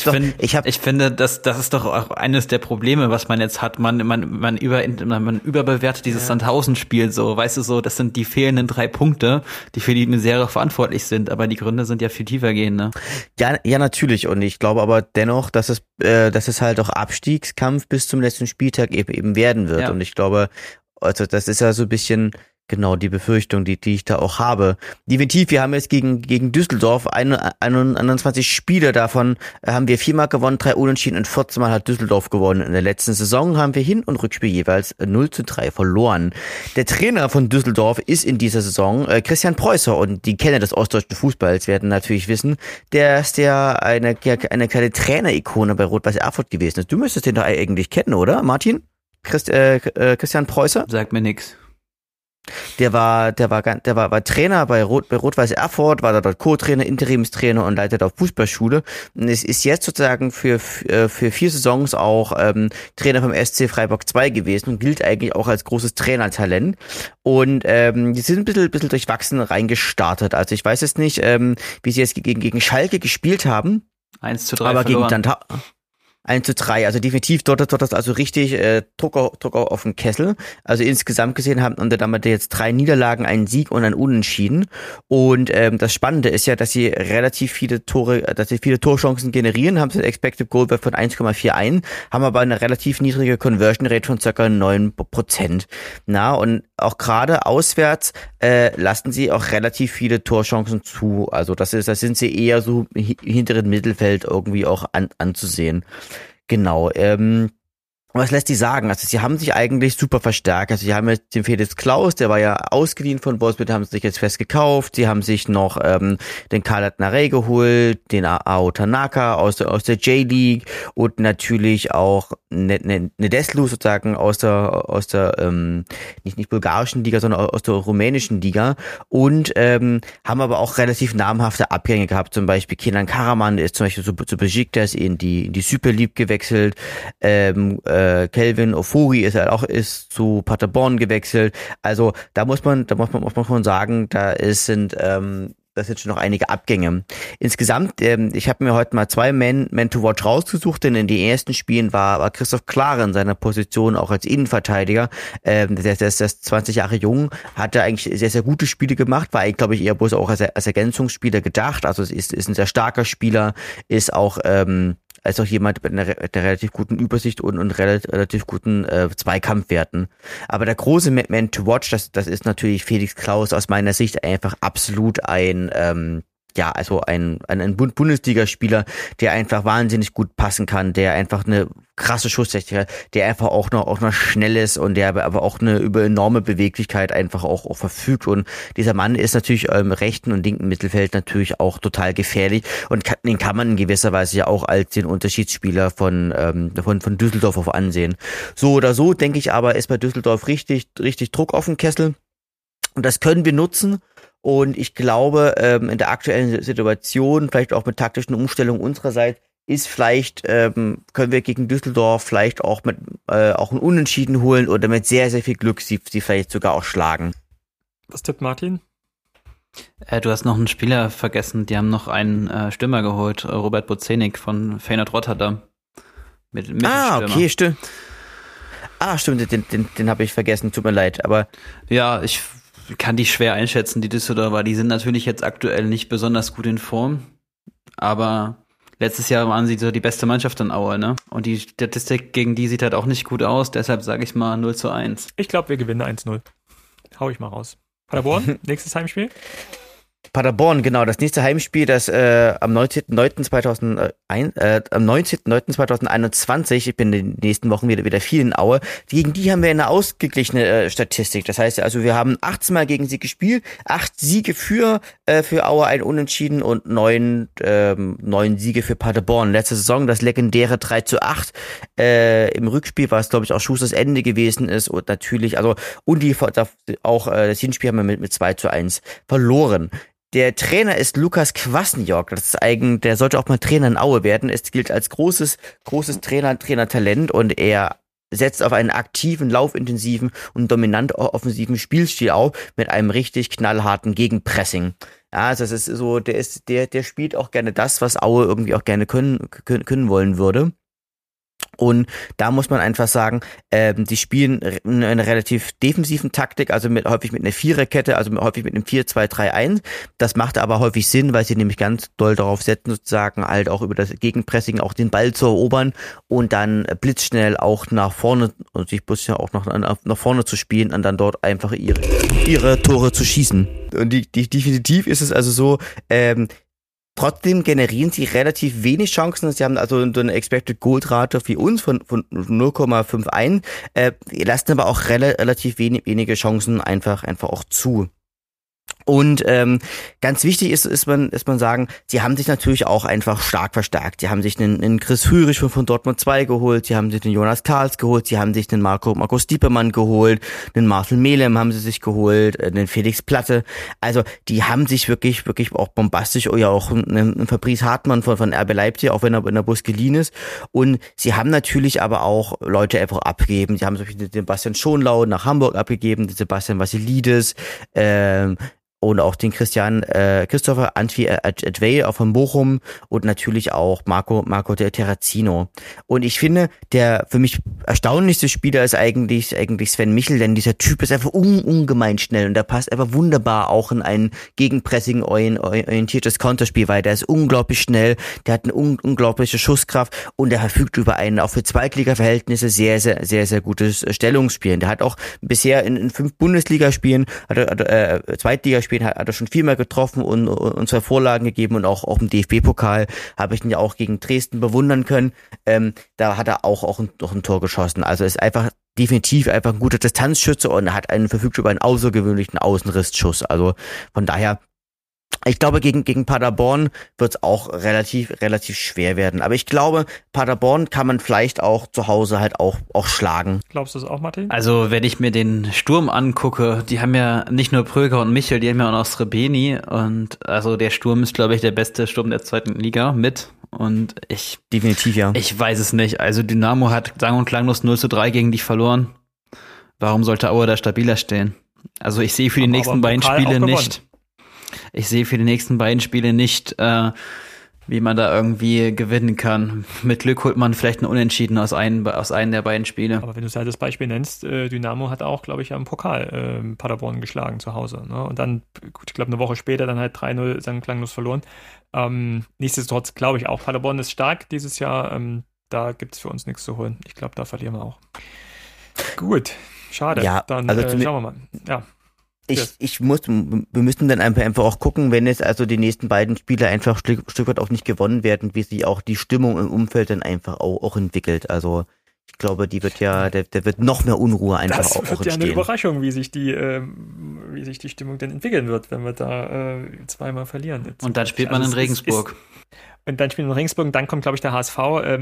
ich finde, das ist doch auch eines der Probleme, was man jetzt hat. Man überbewertet dieses Sandhausen-Spiel so, weißt du so, das sind die fehlenden 3 Punkte, die für die Misere verantwortlich sind, aber die Gründe sind ja viel tiefer gehen, ne? Ja, natürlich und ich glaube aber dennoch, dass es halt auch Abstiegskampf bis zum letzten Spieltag eben werden wird und ich glaube, also das ist ja so ein bisschen genau die Befürchtung, die ich da auch habe. Definitiv, wir haben jetzt gegen Düsseldorf 21 Spiele, davon haben wir 4-mal gewonnen, 3 Unentschieden und 14-mal hat Düsseldorf gewonnen. In der letzten Saison haben wir Hin- und Rückspiel jeweils 0-3 verloren. Der Trainer von Düsseldorf ist in dieser Saison Christian Preußer und die Kenner des ostdeutschen Fußballs werden natürlich wissen, der ist ja eine kleine Trainer-Ikone bei Rot-Weiß Erfurt gewesen ist. Du müsstest den doch eigentlich kennen, oder, Martin? Christian Preußer? Sagt mir nix. Der war Trainer bei Rot-Weiß Erfurt, war da dort Co-Trainer, Interimstrainer und leitet auf Fußballschule. Und es ist jetzt sozusagen für 4 Saisons auch Trainer vom SC Freiburg 2 gewesen und gilt eigentlich auch als großes Trainertalent. Und die sind ein bisschen durchwachsen reingestartet. Also ich weiß jetzt nicht, wie sie jetzt gegen Schalke gespielt haben. 1-3 aber verloren. Gegen 1-3, also definitiv dort ist also richtig Druck auf den Kessel. Also insgesamt gesehen haben damit jetzt 3 Niederlagen, einen Sieg und ein Unentschieden. Und das Spannende ist ja, dass sie viele Torchancen generieren, haben sie einen Expected Goal Wert von 1,41, haben aber eine relativ niedrige Conversion Rate von ca. 9%. Und auch gerade auswärts lassen sie auch relativ viele Torchancen zu. Also das sind sie eher so hinteren Mittelfeld irgendwie auch anzusehen. Genau, was lässt die sagen? Also sie haben sich eigentlich super verstärkt. Also sie haben jetzt den Felix Klaus, der war ja ausgeliehen von Wolfsburg, haben sie sich jetzt fest gekauft. Sie haben sich noch den Khaled Narey geholt, den Ao Tanaka aus der J-League und natürlich auch Nedeslu sozusagen aus der nicht bulgarischen Liga, sondern aus der rumänischen Liga und haben aber auch relativ namhafte Abgänge gehabt. Zum Beispiel Kenan Karaman, der ist zum Beispiel zu Besiktas in die Super League gewechselt. Kelvin Ofori ist zu Paderborn gewechselt. Also da muss man sagen, das sind schon noch einige Abgänge. Insgesamt, ich habe mir heute mal 2 Men to Watch rausgesucht, denn in den ersten Spielen war Christoph Klare in seiner Position auch als Innenverteidiger. Der ist 20 Jahre jung, hatte eigentlich sehr, sehr gute Spiele gemacht, war eigentlich, glaube ich, eher bloß auch als Ergänzungsspieler gedacht. Also es ist ein sehr starker Spieler, ist auch als auch jemand mit einer relativ guten Übersicht und relativ guten Zweikampfwerten. Aber der große Man to Watch, das ist natürlich Felix Klaus aus meiner Sicht einfach absolut ein Bundesligaspieler, der einfach wahnsinnig gut passen kann, der einfach eine krasse Schusstechnik hat, der einfach auch noch schnell ist und der aber auch über enorme Beweglichkeit einfach auch verfügt. Und dieser Mann ist natürlich im rechten und linken Mittelfeld natürlich auch total gefährlich und den kann man in gewisser Weise ja auch als den Unterschiedsspieler von Düsseldorf auf ansehen. So oder so, denke ich aber, ist bei Düsseldorf richtig Druck auf den Kessel und das können wir nutzen. Und ich glaube, in der aktuellen Situation, vielleicht auch mit taktischen Umstellungen unsererseits, ist vielleicht, können wir gegen Düsseldorf vielleicht auch mit auch ein Unentschieden holen oder mit sehr, sehr viel Glück sie vielleicht sogar auch schlagen. Was tippt Martin? Du hast noch einen Spieler vergessen, die haben noch einen Stürmer geholt, Robert Bozenik von Feyenoord Rotterdam. Okay, stimmt. Stimmt, den habe ich vergessen, tut mir leid, aber... Ja, ich kann die schwer einschätzen, die Düsseldorfer. Die sind natürlich jetzt aktuell nicht besonders gut in Form, aber letztes Jahr waren sie so die beste Mannschaft in Aue, ne? Und die Statistik gegen die sieht halt auch nicht gut aus, deshalb sage ich mal 0-1. Ich glaube, wir gewinnen 1-0. Hau ich mal raus. Paderborn, nächstes Heimspiel? Paderborn, genau. Das nächste Heimspiel, das am 19.09.2021, ich bin in den nächsten Wochen wieder viel in Aue, gegen die haben wir eine ausgeglichene Statistik. Das heißt also, wir haben 18 Mal gegen sie gespielt, 8 Siege für Aue, ein Unentschieden und 9 Siege für Paderborn. Letzte Saison das legendäre 3:8. Im Rückspiel war es, glaube ich, auch Schusters Ende gewesen ist und natürlich, also und das Hinspiel haben wir mit 2:1 verloren. Der Trainer ist Lukas Kwasniok. Der sollte auch mal Trainer in Aue werden. Es gilt als großes Trainertalent und er setzt auf einen aktiven, laufintensiven und dominant offensiven Spielstil auf mit einem richtig knallharten Gegenpressing. Ja, also das ist so, der spielt auch gerne das, was Aue irgendwie auch gerne können wollen würde. Und da muss man einfach sagen, die spielen eine relativ defensiven Taktik, also häufig mit einer Viererkette, also häufig mit einem 4-2-3-1. Das macht aber häufig Sinn, weil sie nämlich ganz doll darauf setzen, sozusagen halt auch über das Gegenpressing auch den Ball zu erobern und dann blitzschnell auch nach vorne und sich auch nach vorne zu spielen und dann dort einfach ihre Tore zu schießen. Und definitiv ist es also so, trotzdem generieren sie relativ wenig Chancen. Sie haben also eine Expected Goal Rate wie uns von 0,51, lassen aber auch relativ wenige Chancen einfach auch zu. Und ganz wichtig ist man sagen, sie haben sich natürlich auch einfach stark verstärkt. Sie haben sich einen Chris Führich von Dortmund 2 geholt, sie haben sich den Jonas Karls geholt, sie haben sich den Marco Stiepermann geholt, den Marcel Melem haben sie sich geholt, den Felix Platte. Also die haben sich wirklich auch bombastisch, ja auch einen Fabrice Hartmann von RB Leipzig, auch wenn er in der Bus geliehen ist. Und sie haben natürlich aber auch Leute einfach abgegeben. Sie haben zum Beispiel den Sebastian Schonlau nach Hamburg abgegeben, den Sebastian Vassilidis, und auch den Christopher Adwey auch von Bochum und natürlich auch Marco del Terrazino. Und ich finde, der für mich erstaunlichste Spieler ist eigentlich Sven Michel, denn dieser Typ ist einfach ungemein schnell und der passt einfach wunderbar auch in ein gegenpressing orientiertes Konterspiel, weil der ist unglaublich schnell, der hat eine unglaubliche Schusskraft und der verfügt über ein auch für Zweitliga-Verhältnisse sehr, sehr, sehr, sehr gutes Stellungsspiel. Der hat auch bisher in 5 Bundesligaspielen, Zweitligaspielen hat er schon 4-mal getroffen und 2 Vorlagen gegeben und auch im DFB-Pokal habe ich ihn ja auch gegen Dresden bewundern können. Da hat er auch ein Tor geschossen. Also ist einfach definitiv einfach ein guter Distanzschütze und er hat verfügt über einen außergewöhnlichen Außenrissschuss. Also von daher, ich glaube, gegen Paderborn wird es auch relativ schwer werden. Aber ich glaube, Paderborn kann man vielleicht auch zu Hause halt auch schlagen. Glaubst du es auch, Martin? Also, wenn ich mir den Sturm angucke, die haben ja nicht nur Pröger und Michel, die haben ja auch noch Srebeni. Und also der Sturm ist, glaube ich, der beste Sturm der 2. Liga mit. Und definitiv, ja. Ich weiß es nicht. Also Dynamo hat sang- und klanglos 0:3 gegen dich verloren. Warum sollte Aue da stabiler stehen? Also ich sehe für die nächsten beiden Spiele nicht. Ich sehe für die nächsten beiden Spiele nicht, wie man da irgendwie gewinnen kann. Mit Glück holt man vielleicht einen Unentschieden aus einem der beiden Spiele. Aber wenn du es halt das Beispiel nennst, Dynamo hat auch, glaube ich, im Pokal Paderborn geschlagen zu Hause. Ne? Und dann, gut, ich glaube, eine Woche später dann halt 3-0 sang- und klanglos verloren. Nichtsdestotrotz glaube ich auch, Paderborn ist stark dieses Jahr. Da gibt es für uns nichts zu holen. Ich glaube, da verlieren wir auch. Gut, schade. Ja, dann also schauen wir mal. Ja. Wir müssen dann einfach auch gucken, wenn jetzt also die nächsten beiden Spiele einfach Stück weit auch nicht gewonnen werden, wie sich auch die Stimmung im Umfeld dann einfach auch entwickelt. Also ich glaube, der wird noch mehr Unruhe einfach auch entstehen. Das wird ja eine Überraschung, wie sich die Stimmung denn entwickeln wird, wenn wir da 2-mal verlieren. Jetzt. Und dann spielt man in Regensburg. Und dann spielen wir in Regensburg und dann kommt, glaube ich, der HSV.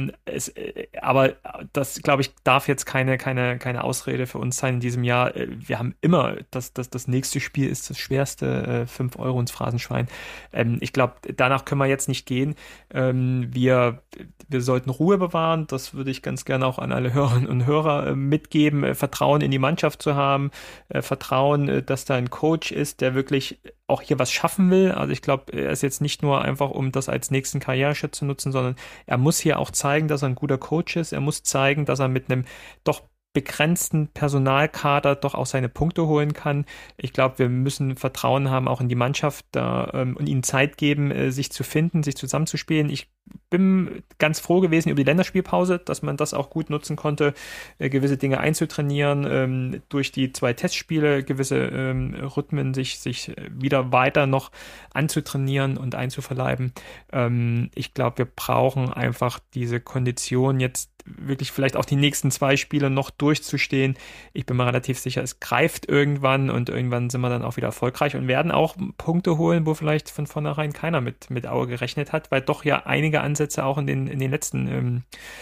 Aber das, glaube ich, darf jetzt keine Ausrede für uns sein in diesem Jahr. Wir haben immer, das nächste Spiel ist das schwerste, 5 Euro ins Phrasenschwein. Ich glaube, danach können wir jetzt nicht gehen. Wir sollten Ruhe bewahren. Das würde ich ganz gerne auch an alle Hörerinnen und Hörer mitgeben. Vertrauen in die Mannschaft zu haben. Vertrauen, dass da ein Coach ist, der wirklich auch hier was schaffen will. Also ich glaube, er ist jetzt nicht nur einfach, um das als nächsten Karriereschritt zu nutzen, sondern er muss hier auch zeigen, dass er ein guter Coach ist. Er muss zeigen, dass er mit einem doch begrenzten Personalkader doch auch seine Punkte holen kann. Ich glaube, wir müssen Vertrauen haben auch in die Mannschaft und ihnen Zeit geben, sich zu finden, sich zusammenzuspielen. Ich bin ganz froh gewesen über die Länderspielpause, dass man das auch gut nutzen konnte, gewisse Dinge einzutrainieren, durch die 2 Testspiele gewisse Rhythmen sich wieder weiter noch anzutrainieren und einzuverleiben. Ich glaube, wir brauchen einfach diese Kondition jetzt wirklich vielleicht auch die nächsten 2 Spiele noch durchzustehen. Ich bin mir relativ sicher, es greift irgendwann und irgendwann sind wir dann auch wieder erfolgreich und werden auch Punkte holen, wo vielleicht von vornherein keiner mit Aue gerechnet hat, weil doch ja einige Ansätze auch in den letzten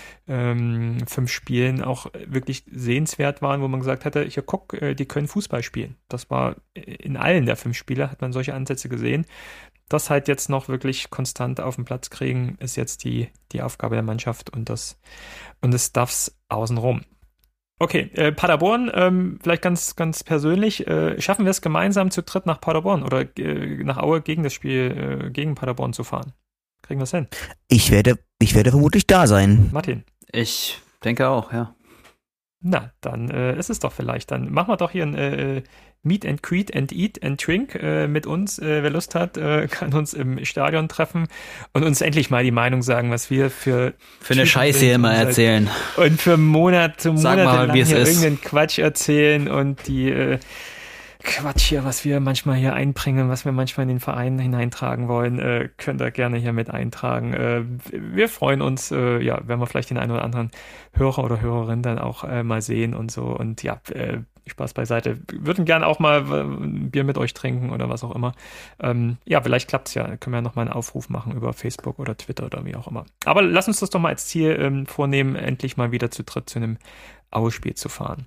5 Spielen auch wirklich sehenswert waren, wo man gesagt hatte, hier guck, die können Fußball spielen. Das war in allen der 5 Spiele, hat man solche Ansätze gesehen. Das halt jetzt noch wirklich konstant auf den Platz kriegen, ist jetzt die Aufgabe der Mannschaft und des Staffs außenrum. Okay, Paderborn, vielleicht ganz, ganz persönlich, schaffen wir es gemeinsam zu dritt nach Paderborn oder nach Aue gegen das Spiel gegen Paderborn zu fahren? Kriegen wir es hin? Ich werde vermutlich da sein. Martin? Ich denke auch, ja. Na, dann ist es doch vielleicht. Dann machen wir doch hier ein Meet and Greet and Eat and Drink mit uns. Wer Lust hat, kann uns im Stadion treffen und uns endlich mal die Meinung sagen, was wir für eine Scheiße hier immer erzählen. Und für Monate lang hier irgendeinen Quatsch erzählen und die Quatsch hier, was wir manchmal hier einbringen, was wir manchmal in den Verein hineintragen wollen, könnt ihr gerne hier mit eintragen. Wir freuen uns, wenn wir vielleicht den einen oder anderen Hörer oder Hörerin dann auch mal sehen und so. Und ja, Spaß beiseite. Würden gerne auch mal ein Bier mit euch trinken oder was auch immer. Vielleicht klappt's ja. Können wir ja nochmal einen Aufruf machen über Facebook oder Twitter oder wie auch immer. Aber lass uns das doch mal als Ziel vornehmen, endlich mal wieder zu dritt zu einem Aue-Spiel zu fahren.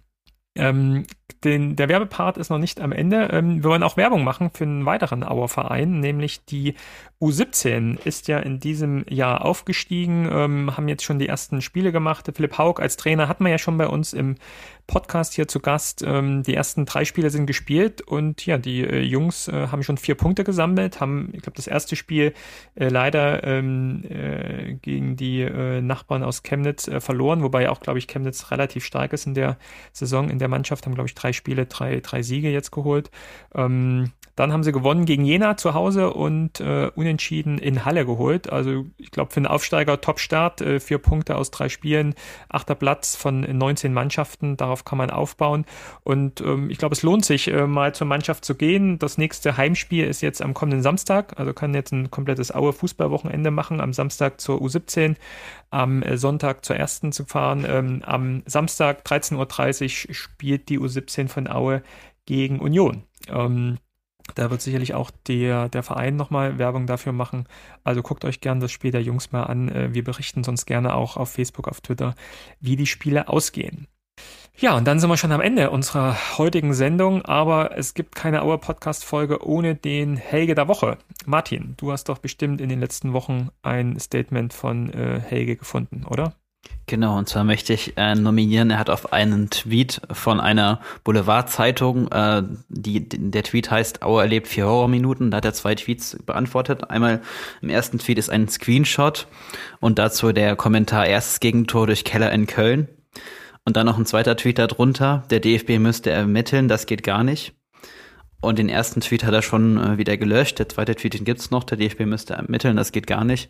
Der Werbepart ist noch nicht am Ende. Wir wollen auch Werbung machen für einen weiteren Auer Verein, nämlich die U17 ist ja in diesem Jahr aufgestiegen, haben jetzt schon die ersten Spiele gemacht. Philipp Haug als Trainer hatten wir ja schon bei uns im Podcast hier zu Gast. Die ersten 3 Spiele sind gespielt und ja, die Jungs haben schon 4 Punkte gesammelt, haben, ich glaube, das erste Spiel leider gegen die Nachbarn aus Chemnitz verloren, wobei auch, glaube ich, Chemnitz relativ stark ist in der Saison, in der Mannschaft, haben, glaube ich, 3 Spiele, 3 Siege jetzt geholt. Dann haben sie gewonnen gegen Jena zu Hause und unentschieden in Halle geholt. Also ich glaube, für einen Aufsteiger Top-Start, 4 Punkte aus 3 Spielen, 8. Platz von 19 Mannschaften, darauf kann man aufbauen. Und ich glaube, es lohnt sich, mal zur Mannschaft zu gehen. Das nächste Heimspiel ist jetzt am kommenden Samstag, also kann jetzt ein komplettes Aue-Fußballwochenende machen, am Samstag zur U17, am Sonntag zur ersten zu fahren. Am Samstag 13:30 Uhr spielt die U17 von Aue gegen Union. Da wird sicherlich auch der Verein nochmal Werbung dafür machen. Also guckt euch gern das Spiel der Jungs mal an. Wir berichten sonst gerne auch auf Facebook, auf Twitter, wie die Spiele ausgehen. Ja, und dann sind wir schon am Ende unserer heutigen Sendung, aber es gibt keine Auer-Podcast-Folge ohne den Helge der Woche. Martin, du hast doch bestimmt in den letzten Wochen ein Statement von Helge gefunden, oder? Genau, und zwar möchte ich nominieren, er hat auf einen Tweet von einer Boulevardzeitung, der Tweet heißt, Aue erlebt 4 Horrorminuten, da hat er 2 Tweets beantwortet. Einmal im ersten Tweet ist ein Screenshot und dazu der Kommentar, erstes Gegentor durch Keller in Köln. Und dann noch ein zweiter Tweet darunter, der DFB müsste ermitteln, das geht gar nicht. Und den ersten Tweet hat er schon wieder gelöscht, der zweite Tweet, den gibt's noch, der DFB müsste ermitteln, das geht gar nicht.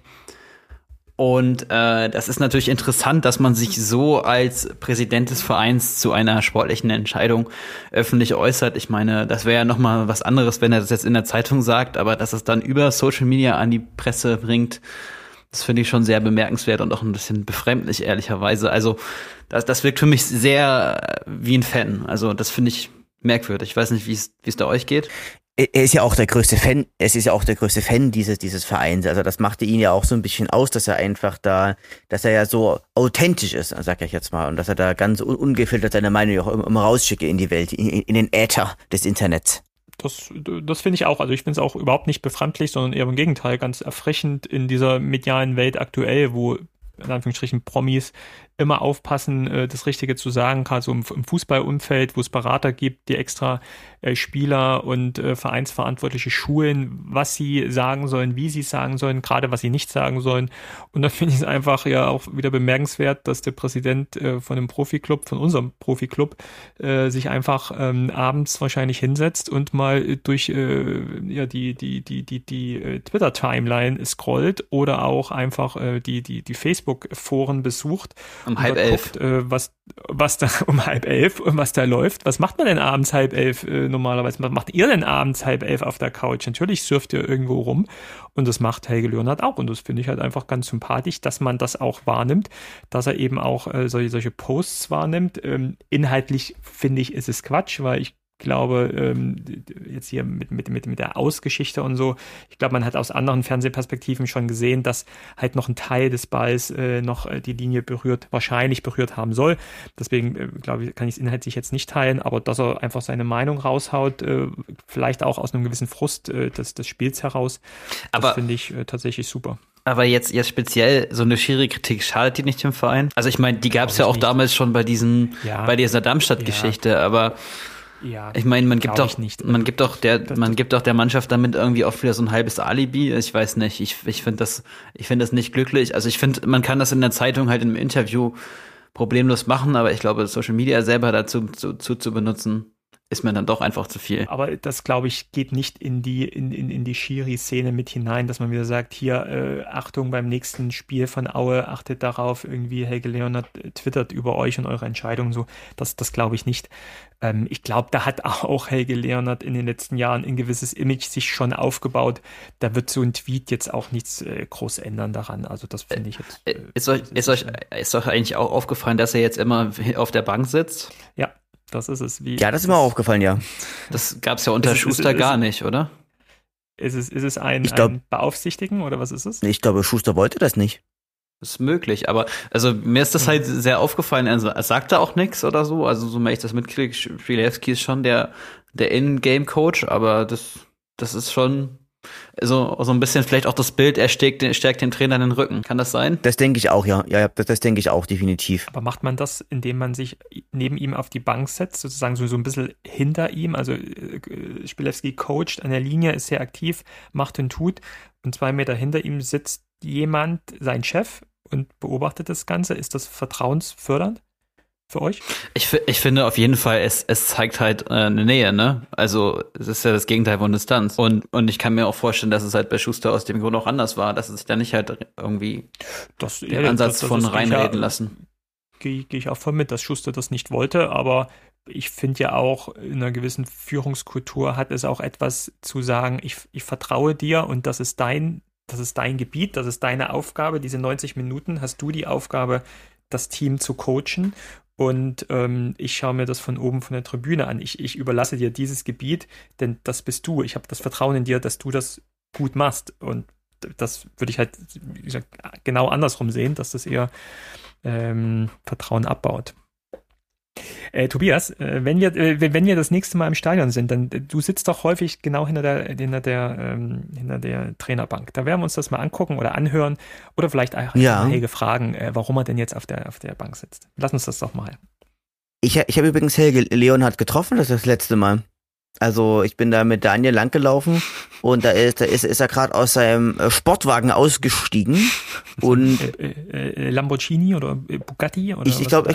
Und das ist natürlich interessant, dass man sich so als Präsident des Vereins zu einer sportlichen Entscheidung öffentlich äußert. Ich meine, das wäre ja noch mal was anderes, wenn er das jetzt in der Zeitung sagt, aber dass es dann über Social Media an die Presse bringt, das finde ich schon sehr bemerkenswert und auch ein bisschen befremdlich, ehrlicherweise. Also das wirkt für mich sehr wie ein Fan. Also das finde ich merkwürdig. Ich weiß nicht, wie es da euch geht. Er ist ja auch der größte Fan, es ist ja auch der größte Fan dieses Vereins. Also das machte ihn ja auch so ein bisschen aus, dass er einfach dass er ja so authentisch ist, sag ich jetzt mal. Und dass er da ganz ungefiltert seine Meinung auch immer rausschicke in die Welt, in den Äther des Internets. Das finde ich auch. Also ich finde es auch überhaupt nicht befremdlich, sondern eher im Gegenteil ganz erfrischend in dieser medialen Welt aktuell, wo in Anführungsstrichen Promis immer aufpassen, das Richtige zu sagen, gerade so im Fußballumfeld, wo es Berater gibt, die extra Spieler und Vereinsverantwortliche schulen, was sie sagen sollen, wie sie es sagen sollen, gerade was sie nicht sagen sollen. Und da finde ich es einfach ja auch wieder bemerkenswert, dass der Präsident von unserem Profiklub, sich einfach abends wahrscheinlich hinsetzt und mal durch die Twitter-Timeline scrollt oder auch einfach die Facebook-Foren besucht. Um 10:30. Guckt, was da um 10:30 und was da läuft. Was macht man denn abends 10:30 normalerweise? Was macht ihr denn abends 10:30 auf der Couch? Natürlich surft ihr irgendwo rum und das macht Helge Leonhardt auch und das finde ich halt einfach ganz sympathisch, dass man das auch wahrnimmt, dass er eben auch solche Posts wahrnimmt. Inhaltlich finde ich, ist es Quatsch, weil ich glaube, jetzt hier mit der Ausgeschichte und so, ich glaube, man hat aus anderen Fernsehperspektiven schon gesehen, dass halt noch ein Teil des Balls noch die Linie wahrscheinlich berührt haben soll. Deswegen, glaube ich, kann ich es inhaltlich jetzt nicht teilen, aber dass er einfach seine Meinung raushaut, vielleicht auch aus einem gewissen Frust des Spiels heraus, das finde ich tatsächlich super. Aber jetzt speziell so eine Schiri-Kritik, schadet die nicht dem Verein? Also ich meine, die gab es ja auch nicht. Damals schon bei dieser Darmstadt-Geschichte, aber ja, ich meine, man gibt doch der Mannschaft damit irgendwie auch wieder so ein halbes Alibi. Ich weiß nicht, ich finde das nicht glücklich. Also ich finde, man kann das in der Zeitung halt im Interview problemlos machen, aber ich glaube, Social Media selber dazu zu benutzen, ist mir dann doch einfach zu viel. Aber das, glaube ich, geht nicht in die Schiri-Szene mit hinein, dass man wieder sagt, hier, Achtung, beim nächsten Spiel von Aue, achtet darauf, irgendwie Helge Leonhardt twittert über euch und eure Entscheidungen so. Das glaube ich nicht. Ich glaube, da hat auch Helge Leonhardt in den letzten Jahren ein gewisses Image sich schon aufgebaut. Da wird so ein Tweet jetzt auch nichts groß ändern daran. Also das finde ich jetzt. Ist euch eigentlich auch aufgefallen, dass er jetzt immer auf der Bank sitzt? Ja. Das ist es. Ja, das ist mir auch aufgefallen, ja. Das gab's ja unter Schuster gar nicht, oder? Ist es ein Beaufsichtigen oder was ist es? Ich glaube, Schuster wollte das nicht. Das ist möglich, aber also mir ist das halt sehr aufgefallen. Also, er sagte auch nichts oder so. Also so, wenn ich das mitkriege, Schwilerski ist schon der In-Game-Coach, aber das ist schon so ein bisschen vielleicht auch das Bild, er stärkt den Trainer den Rücken. Kann das sein? Das denke ich auch, ja. Ja, das denke ich auch definitiv. Aber macht man das, indem man sich neben ihm auf die Bank setzt, sozusagen so ein bisschen hinter ihm? Also Schwilerski coacht an der Linie, ist sehr aktiv, macht und tut. Und 2 Meter hinter ihm sitzt jemand, sein Chef, und beobachtet das Ganze. Ist das vertrauensfördernd für euch? Ich finde auf jeden Fall, es zeigt halt eine Nähe, ne? Also es ist ja das Gegenteil von Distanz. Und ich kann mir auch vorstellen, dass es halt bei Schuster aus dem Grund auch anders war, dass es sich da nicht halt irgendwie den Ansatz von reinreden lassen. Gehe ich auch voll mit, dass Schuster das nicht wollte, aber ich finde ja auch, in einer gewissen Führungskultur hat es auch etwas zu sagen, ich vertraue dir und das ist dein Gebiet, das ist deine Aufgabe, diese 90 Minuten hast du die Aufgabe, das Team zu coachen. Und ich schaue mir das von oben von der Tribüne an. Ich überlasse dir dieses Gebiet, denn das bist du. Ich habe das Vertrauen in dir, dass du das gut machst. Und das würde ich halt, wie gesagt, genau andersrum sehen, dass das eher Vertrauen abbaut. Tobias, wenn wir das nächste Mal im Stadion sind, dann du sitzt doch häufig genau hinter der Trainerbank. Da werden wir uns das mal angucken oder anhören oder vielleicht auch Helge fragen, warum er denn jetzt auf der Bank sitzt. Lass uns das doch mal. Ich habe übrigens Helge Leonhardt getroffen, das ist das letzte Mal. Also ich bin da mit Daniel langgelaufen und da ist er gerade aus seinem Sportwagen ausgestiegen und Lamborghini oder Bugatti oder ich glaube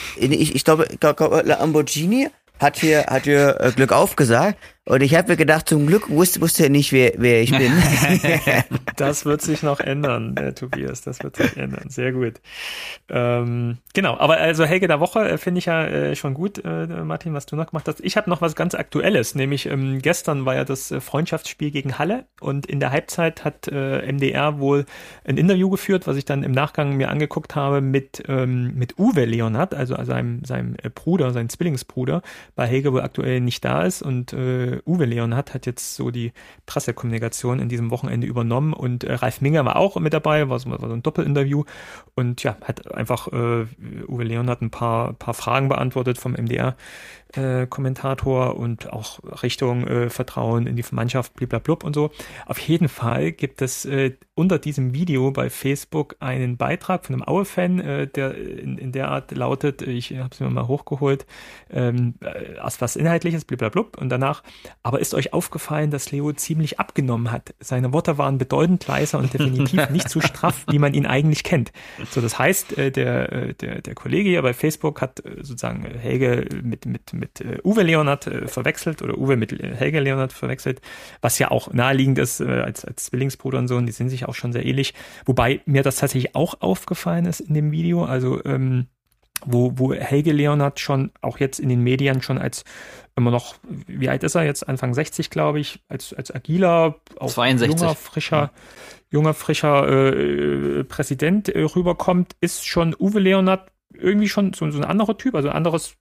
Lamborghini hat hier Glück aufgesagt und ich habe mir gedacht, zum Glück wusste er nicht, wer ich bin. Das wird sich noch ändern, Tobias, das wird sich ändern. Sehr gut. Genau, aber also Helge der Woche finde ich ja schon gut, Martin, was du noch gemacht hast. Ich habe noch was ganz Aktuelles, nämlich gestern war ja das Freundschaftsspiel gegen Halle und in der Halbzeit hat MDR wohl ein Interview geführt, was ich dann im Nachgang mir angeguckt habe mit Uwe Leonhardt, also seinem Bruder, seinem Zwillingsbruder, weil Helge wohl aktuell nicht da ist und Uwe Leonhardt hat jetzt so die Pressekommunikation in diesem Wochenende übernommen und Ralf Minger war auch mit dabei, war so ein Doppelinterview und ja, hat einfach Uwe Leonhardt ein paar Fragen beantwortet vom MDR-Kommentator und auch Richtung Vertrauen in die Mannschaft, bliblablub und so. Auf jeden Fall gibt es unter diesem Video bei Facebook einen Beitrag von einem Aue-Fan, der in der Art lautet, ich habe es mir mal hochgeholt, erst was Inhaltliches, bliblablub, und danach, aber ist euch aufgefallen, dass Leo ziemlich abgenommen hat? Seine Worte waren bedeutend leiser und definitiv nicht so straff, wie man ihn eigentlich kennt. So, das heißt, der Kollege hier bei Facebook hat sozusagen Helge mit Uwe Leonhardt verwechselt oder Uwe mit Helge Leonhardt verwechselt, was ja auch naheliegend ist als Zwillingsbruder und so, und die sind sich auch schon sehr ähnlich. Wobei mir das tatsächlich auch aufgefallen ist in dem Video, also wo Helge Leonhardt schon auch jetzt in den Medien schon als immer noch, wie alt ist er jetzt? Anfang 60, glaube ich, als agiler, auch 62. junger, frischer Präsident rüberkommt, ist schon Uwe Leonhardt irgendwie schon so ein anderer Typ, also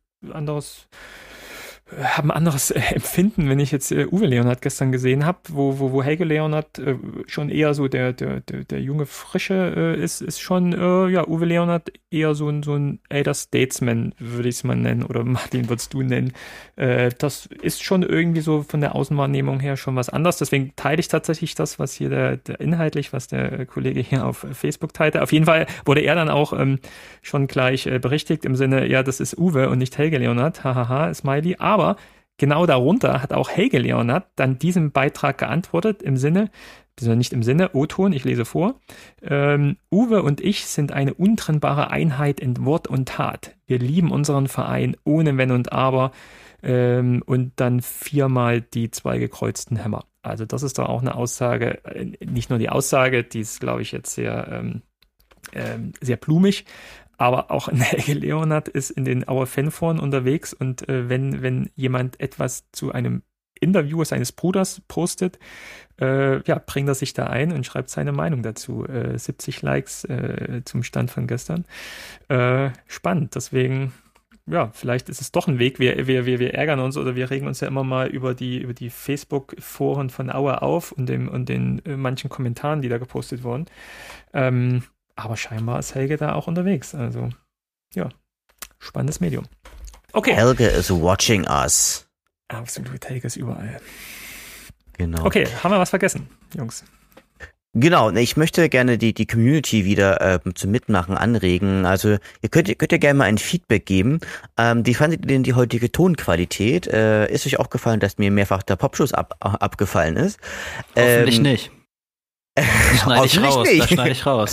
haben ein anderes Empfinden, wenn ich jetzt Uwe Leonhardt gestern gesehen habe, wo Helge Leonhardt schon eher so der junge Frische ist schon, Uwe Leonhardt eher so ein Elder Statesman, würde ich es mal nennen, oder Martin, würdest du nennen. Das ist schon irgendwie so von der Außenwahrnehmung her schon was anderes, deswegen teile ich tatsächlich das, was hier der inhaltlich, was der Kollege hier auf Facebook teilte. Auf jeden Fall wurde er dann auch schon gleich berichtigt im Sinne, ja, das ist Uwe und nicht Helge Leonhardt, hahaha, Smiley, aber genau darunter hat auch Helge Leonhardt dann diesem Beitrag geantwortet im Sinne, nicht im Sinne, O-Ton, ich lese vor, Uwe und ich sind eine untrennbare Einheit in Wort und Tat. Wir lieben unseren Verein ohne Wenn und Aber und dann 4-mal die 2 gekreuzten Hämmer. Also das ist doch auch eine Aussage, nicht nur die Aussage, die ist, glaube ich, jetzt sehr blumig, aber auch Helge Leonhardt ist in den Auer Fanforen unterwegs und wenn jemand etwas zu einem Interview seines Bruders postet, bringt er sich da ein und schreibt seine Meinung dazu. 70 Likes zum Stand von gestern. Spannend, deswegen, ja, vielleicht ist es doch ein Weg. Wir ärgern uns oder wir regen uns ja immer mal über die Facebook-Foren von Aue auf und den manchen Kommentaren, die da gepostet wurden. Aber scheinbar ist Helge da auch unterwegs. Also, ja, spannendes Medium. Okay. Helge is watching us. Absolut, Helge ist überall. Genau. Okay, haben wir was vergessen, Jungs? Genau, ich möchte gerne die Community wieder zum Mitmachen anregen. Also ihr könnt ja gerne mal ein Feedback geben. Wie fandet ihr denn die heutige Tonqualität? Ist euch auch gefallen, dass mir mehrfach der Popschuss abgefallen ist? Hoffentlich nicht. Das schneide ich raus.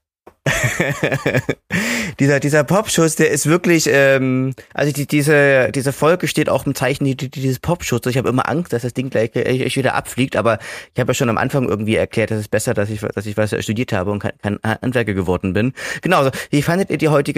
Dieser Popschuss, der ist wirklich, also diese Folge steht auch im Zeichen dieses Popschuss. Ich habe immer Angst, dass das Ding gleich wieder abfliegt, aber ich habe ja schon am Anfang irgendwie erklärt, dass es besser, dass ich was studiert habe und kein Handwerker geworden bin. Genau, also, wie fandet ihr die heutige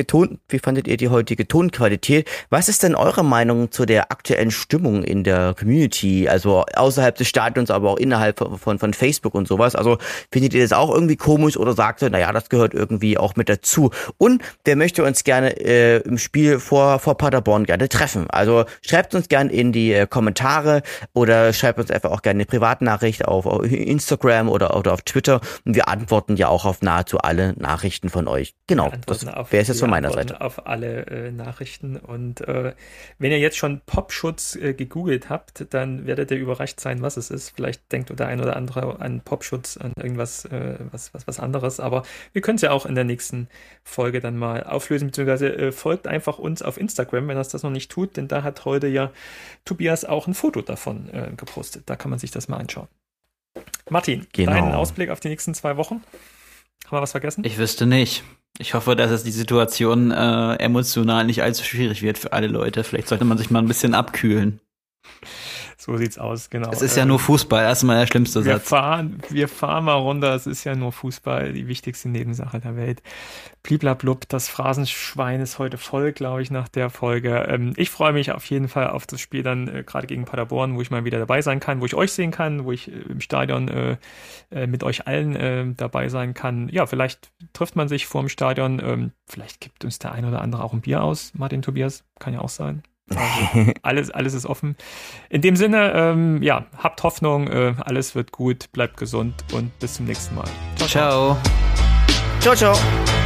Tonqualität? Was ist denn eure Meinung zu der aktuellen Stimmung in der Community, also außerhalb des Stadions, aber auch innerhalb von Facebook und sowas? Also findet ihr das auch irgendwie komisch oder sagt ihr, naja, das gehört irgendwie auch mit dazu? Und wer möchte uns gerne im Spiel vor Paderborn gerne treffen? Also schreibt uns gerne in die Kommentare oder schreibt uns einfach auch gerne eine Privatnachricht auf Instagram oder auf Twitter und wir antworten ja auch auf nahezu alle Nachrichten von euch. Genau, das wäre es jetzt von meiner Seite. Auf alle Nachrichten und wenn ihr jetzt schon Popschutz gegoogelt habt, dann werdet ihr überrascht sein, was es ist. Vielleicht denkt der ein oder andere an Popschutz, an irgendwas was anderes, aber wir können es ja auch in der nächsten Folge dann mal auflösen, beziehungsweise folgt einfach uns auf Instagram, wenn das noch nicht tut, denn da hat heute ja Tobias auch ein Foto davon gepostet. Da kann man sich das mal anschauen. Martin, Deinen Ausblick auf die nächsten 2 Wochen? Haben wir was vergessen? Ich wüsste nicht. Ich hoffe, dass es die Situation emotional nicht allzu schwierig wird für alle Leute. Vielleicht sollte man sich mal ein bisschen abkühlen. So sieht's aus, genau. Es ist ja nur Fußball, erstmal der schlimmste Satz. Wir fahren mal runter, es ist ja nur Fußball, die wichtigste Nebensache der Welt. Bliblablub, das Phrasenschwein ist heute voll, glaube ich, nach der Folge. Ich freue mich auf jeden Fall auf das Spiel dann gerade gegen Paderborn, wo ich mal wieder dabei sein kann, wo ich euch sehen kann, wo ich im Stadion mit euch allen dabei sein kann. Ja, vielleicht trifft man sich vor dem Stadion, vielleicht gibt uns der ein oder andere auch ein Bier aus, Martin, Tobias, kann ja auch sein. Also alles ist offen. In dem Sinne, habt Hoffnung, alles wird gut, bleibt gesund und bis zum nächsten Mal. Ciao. Ciao, ciao.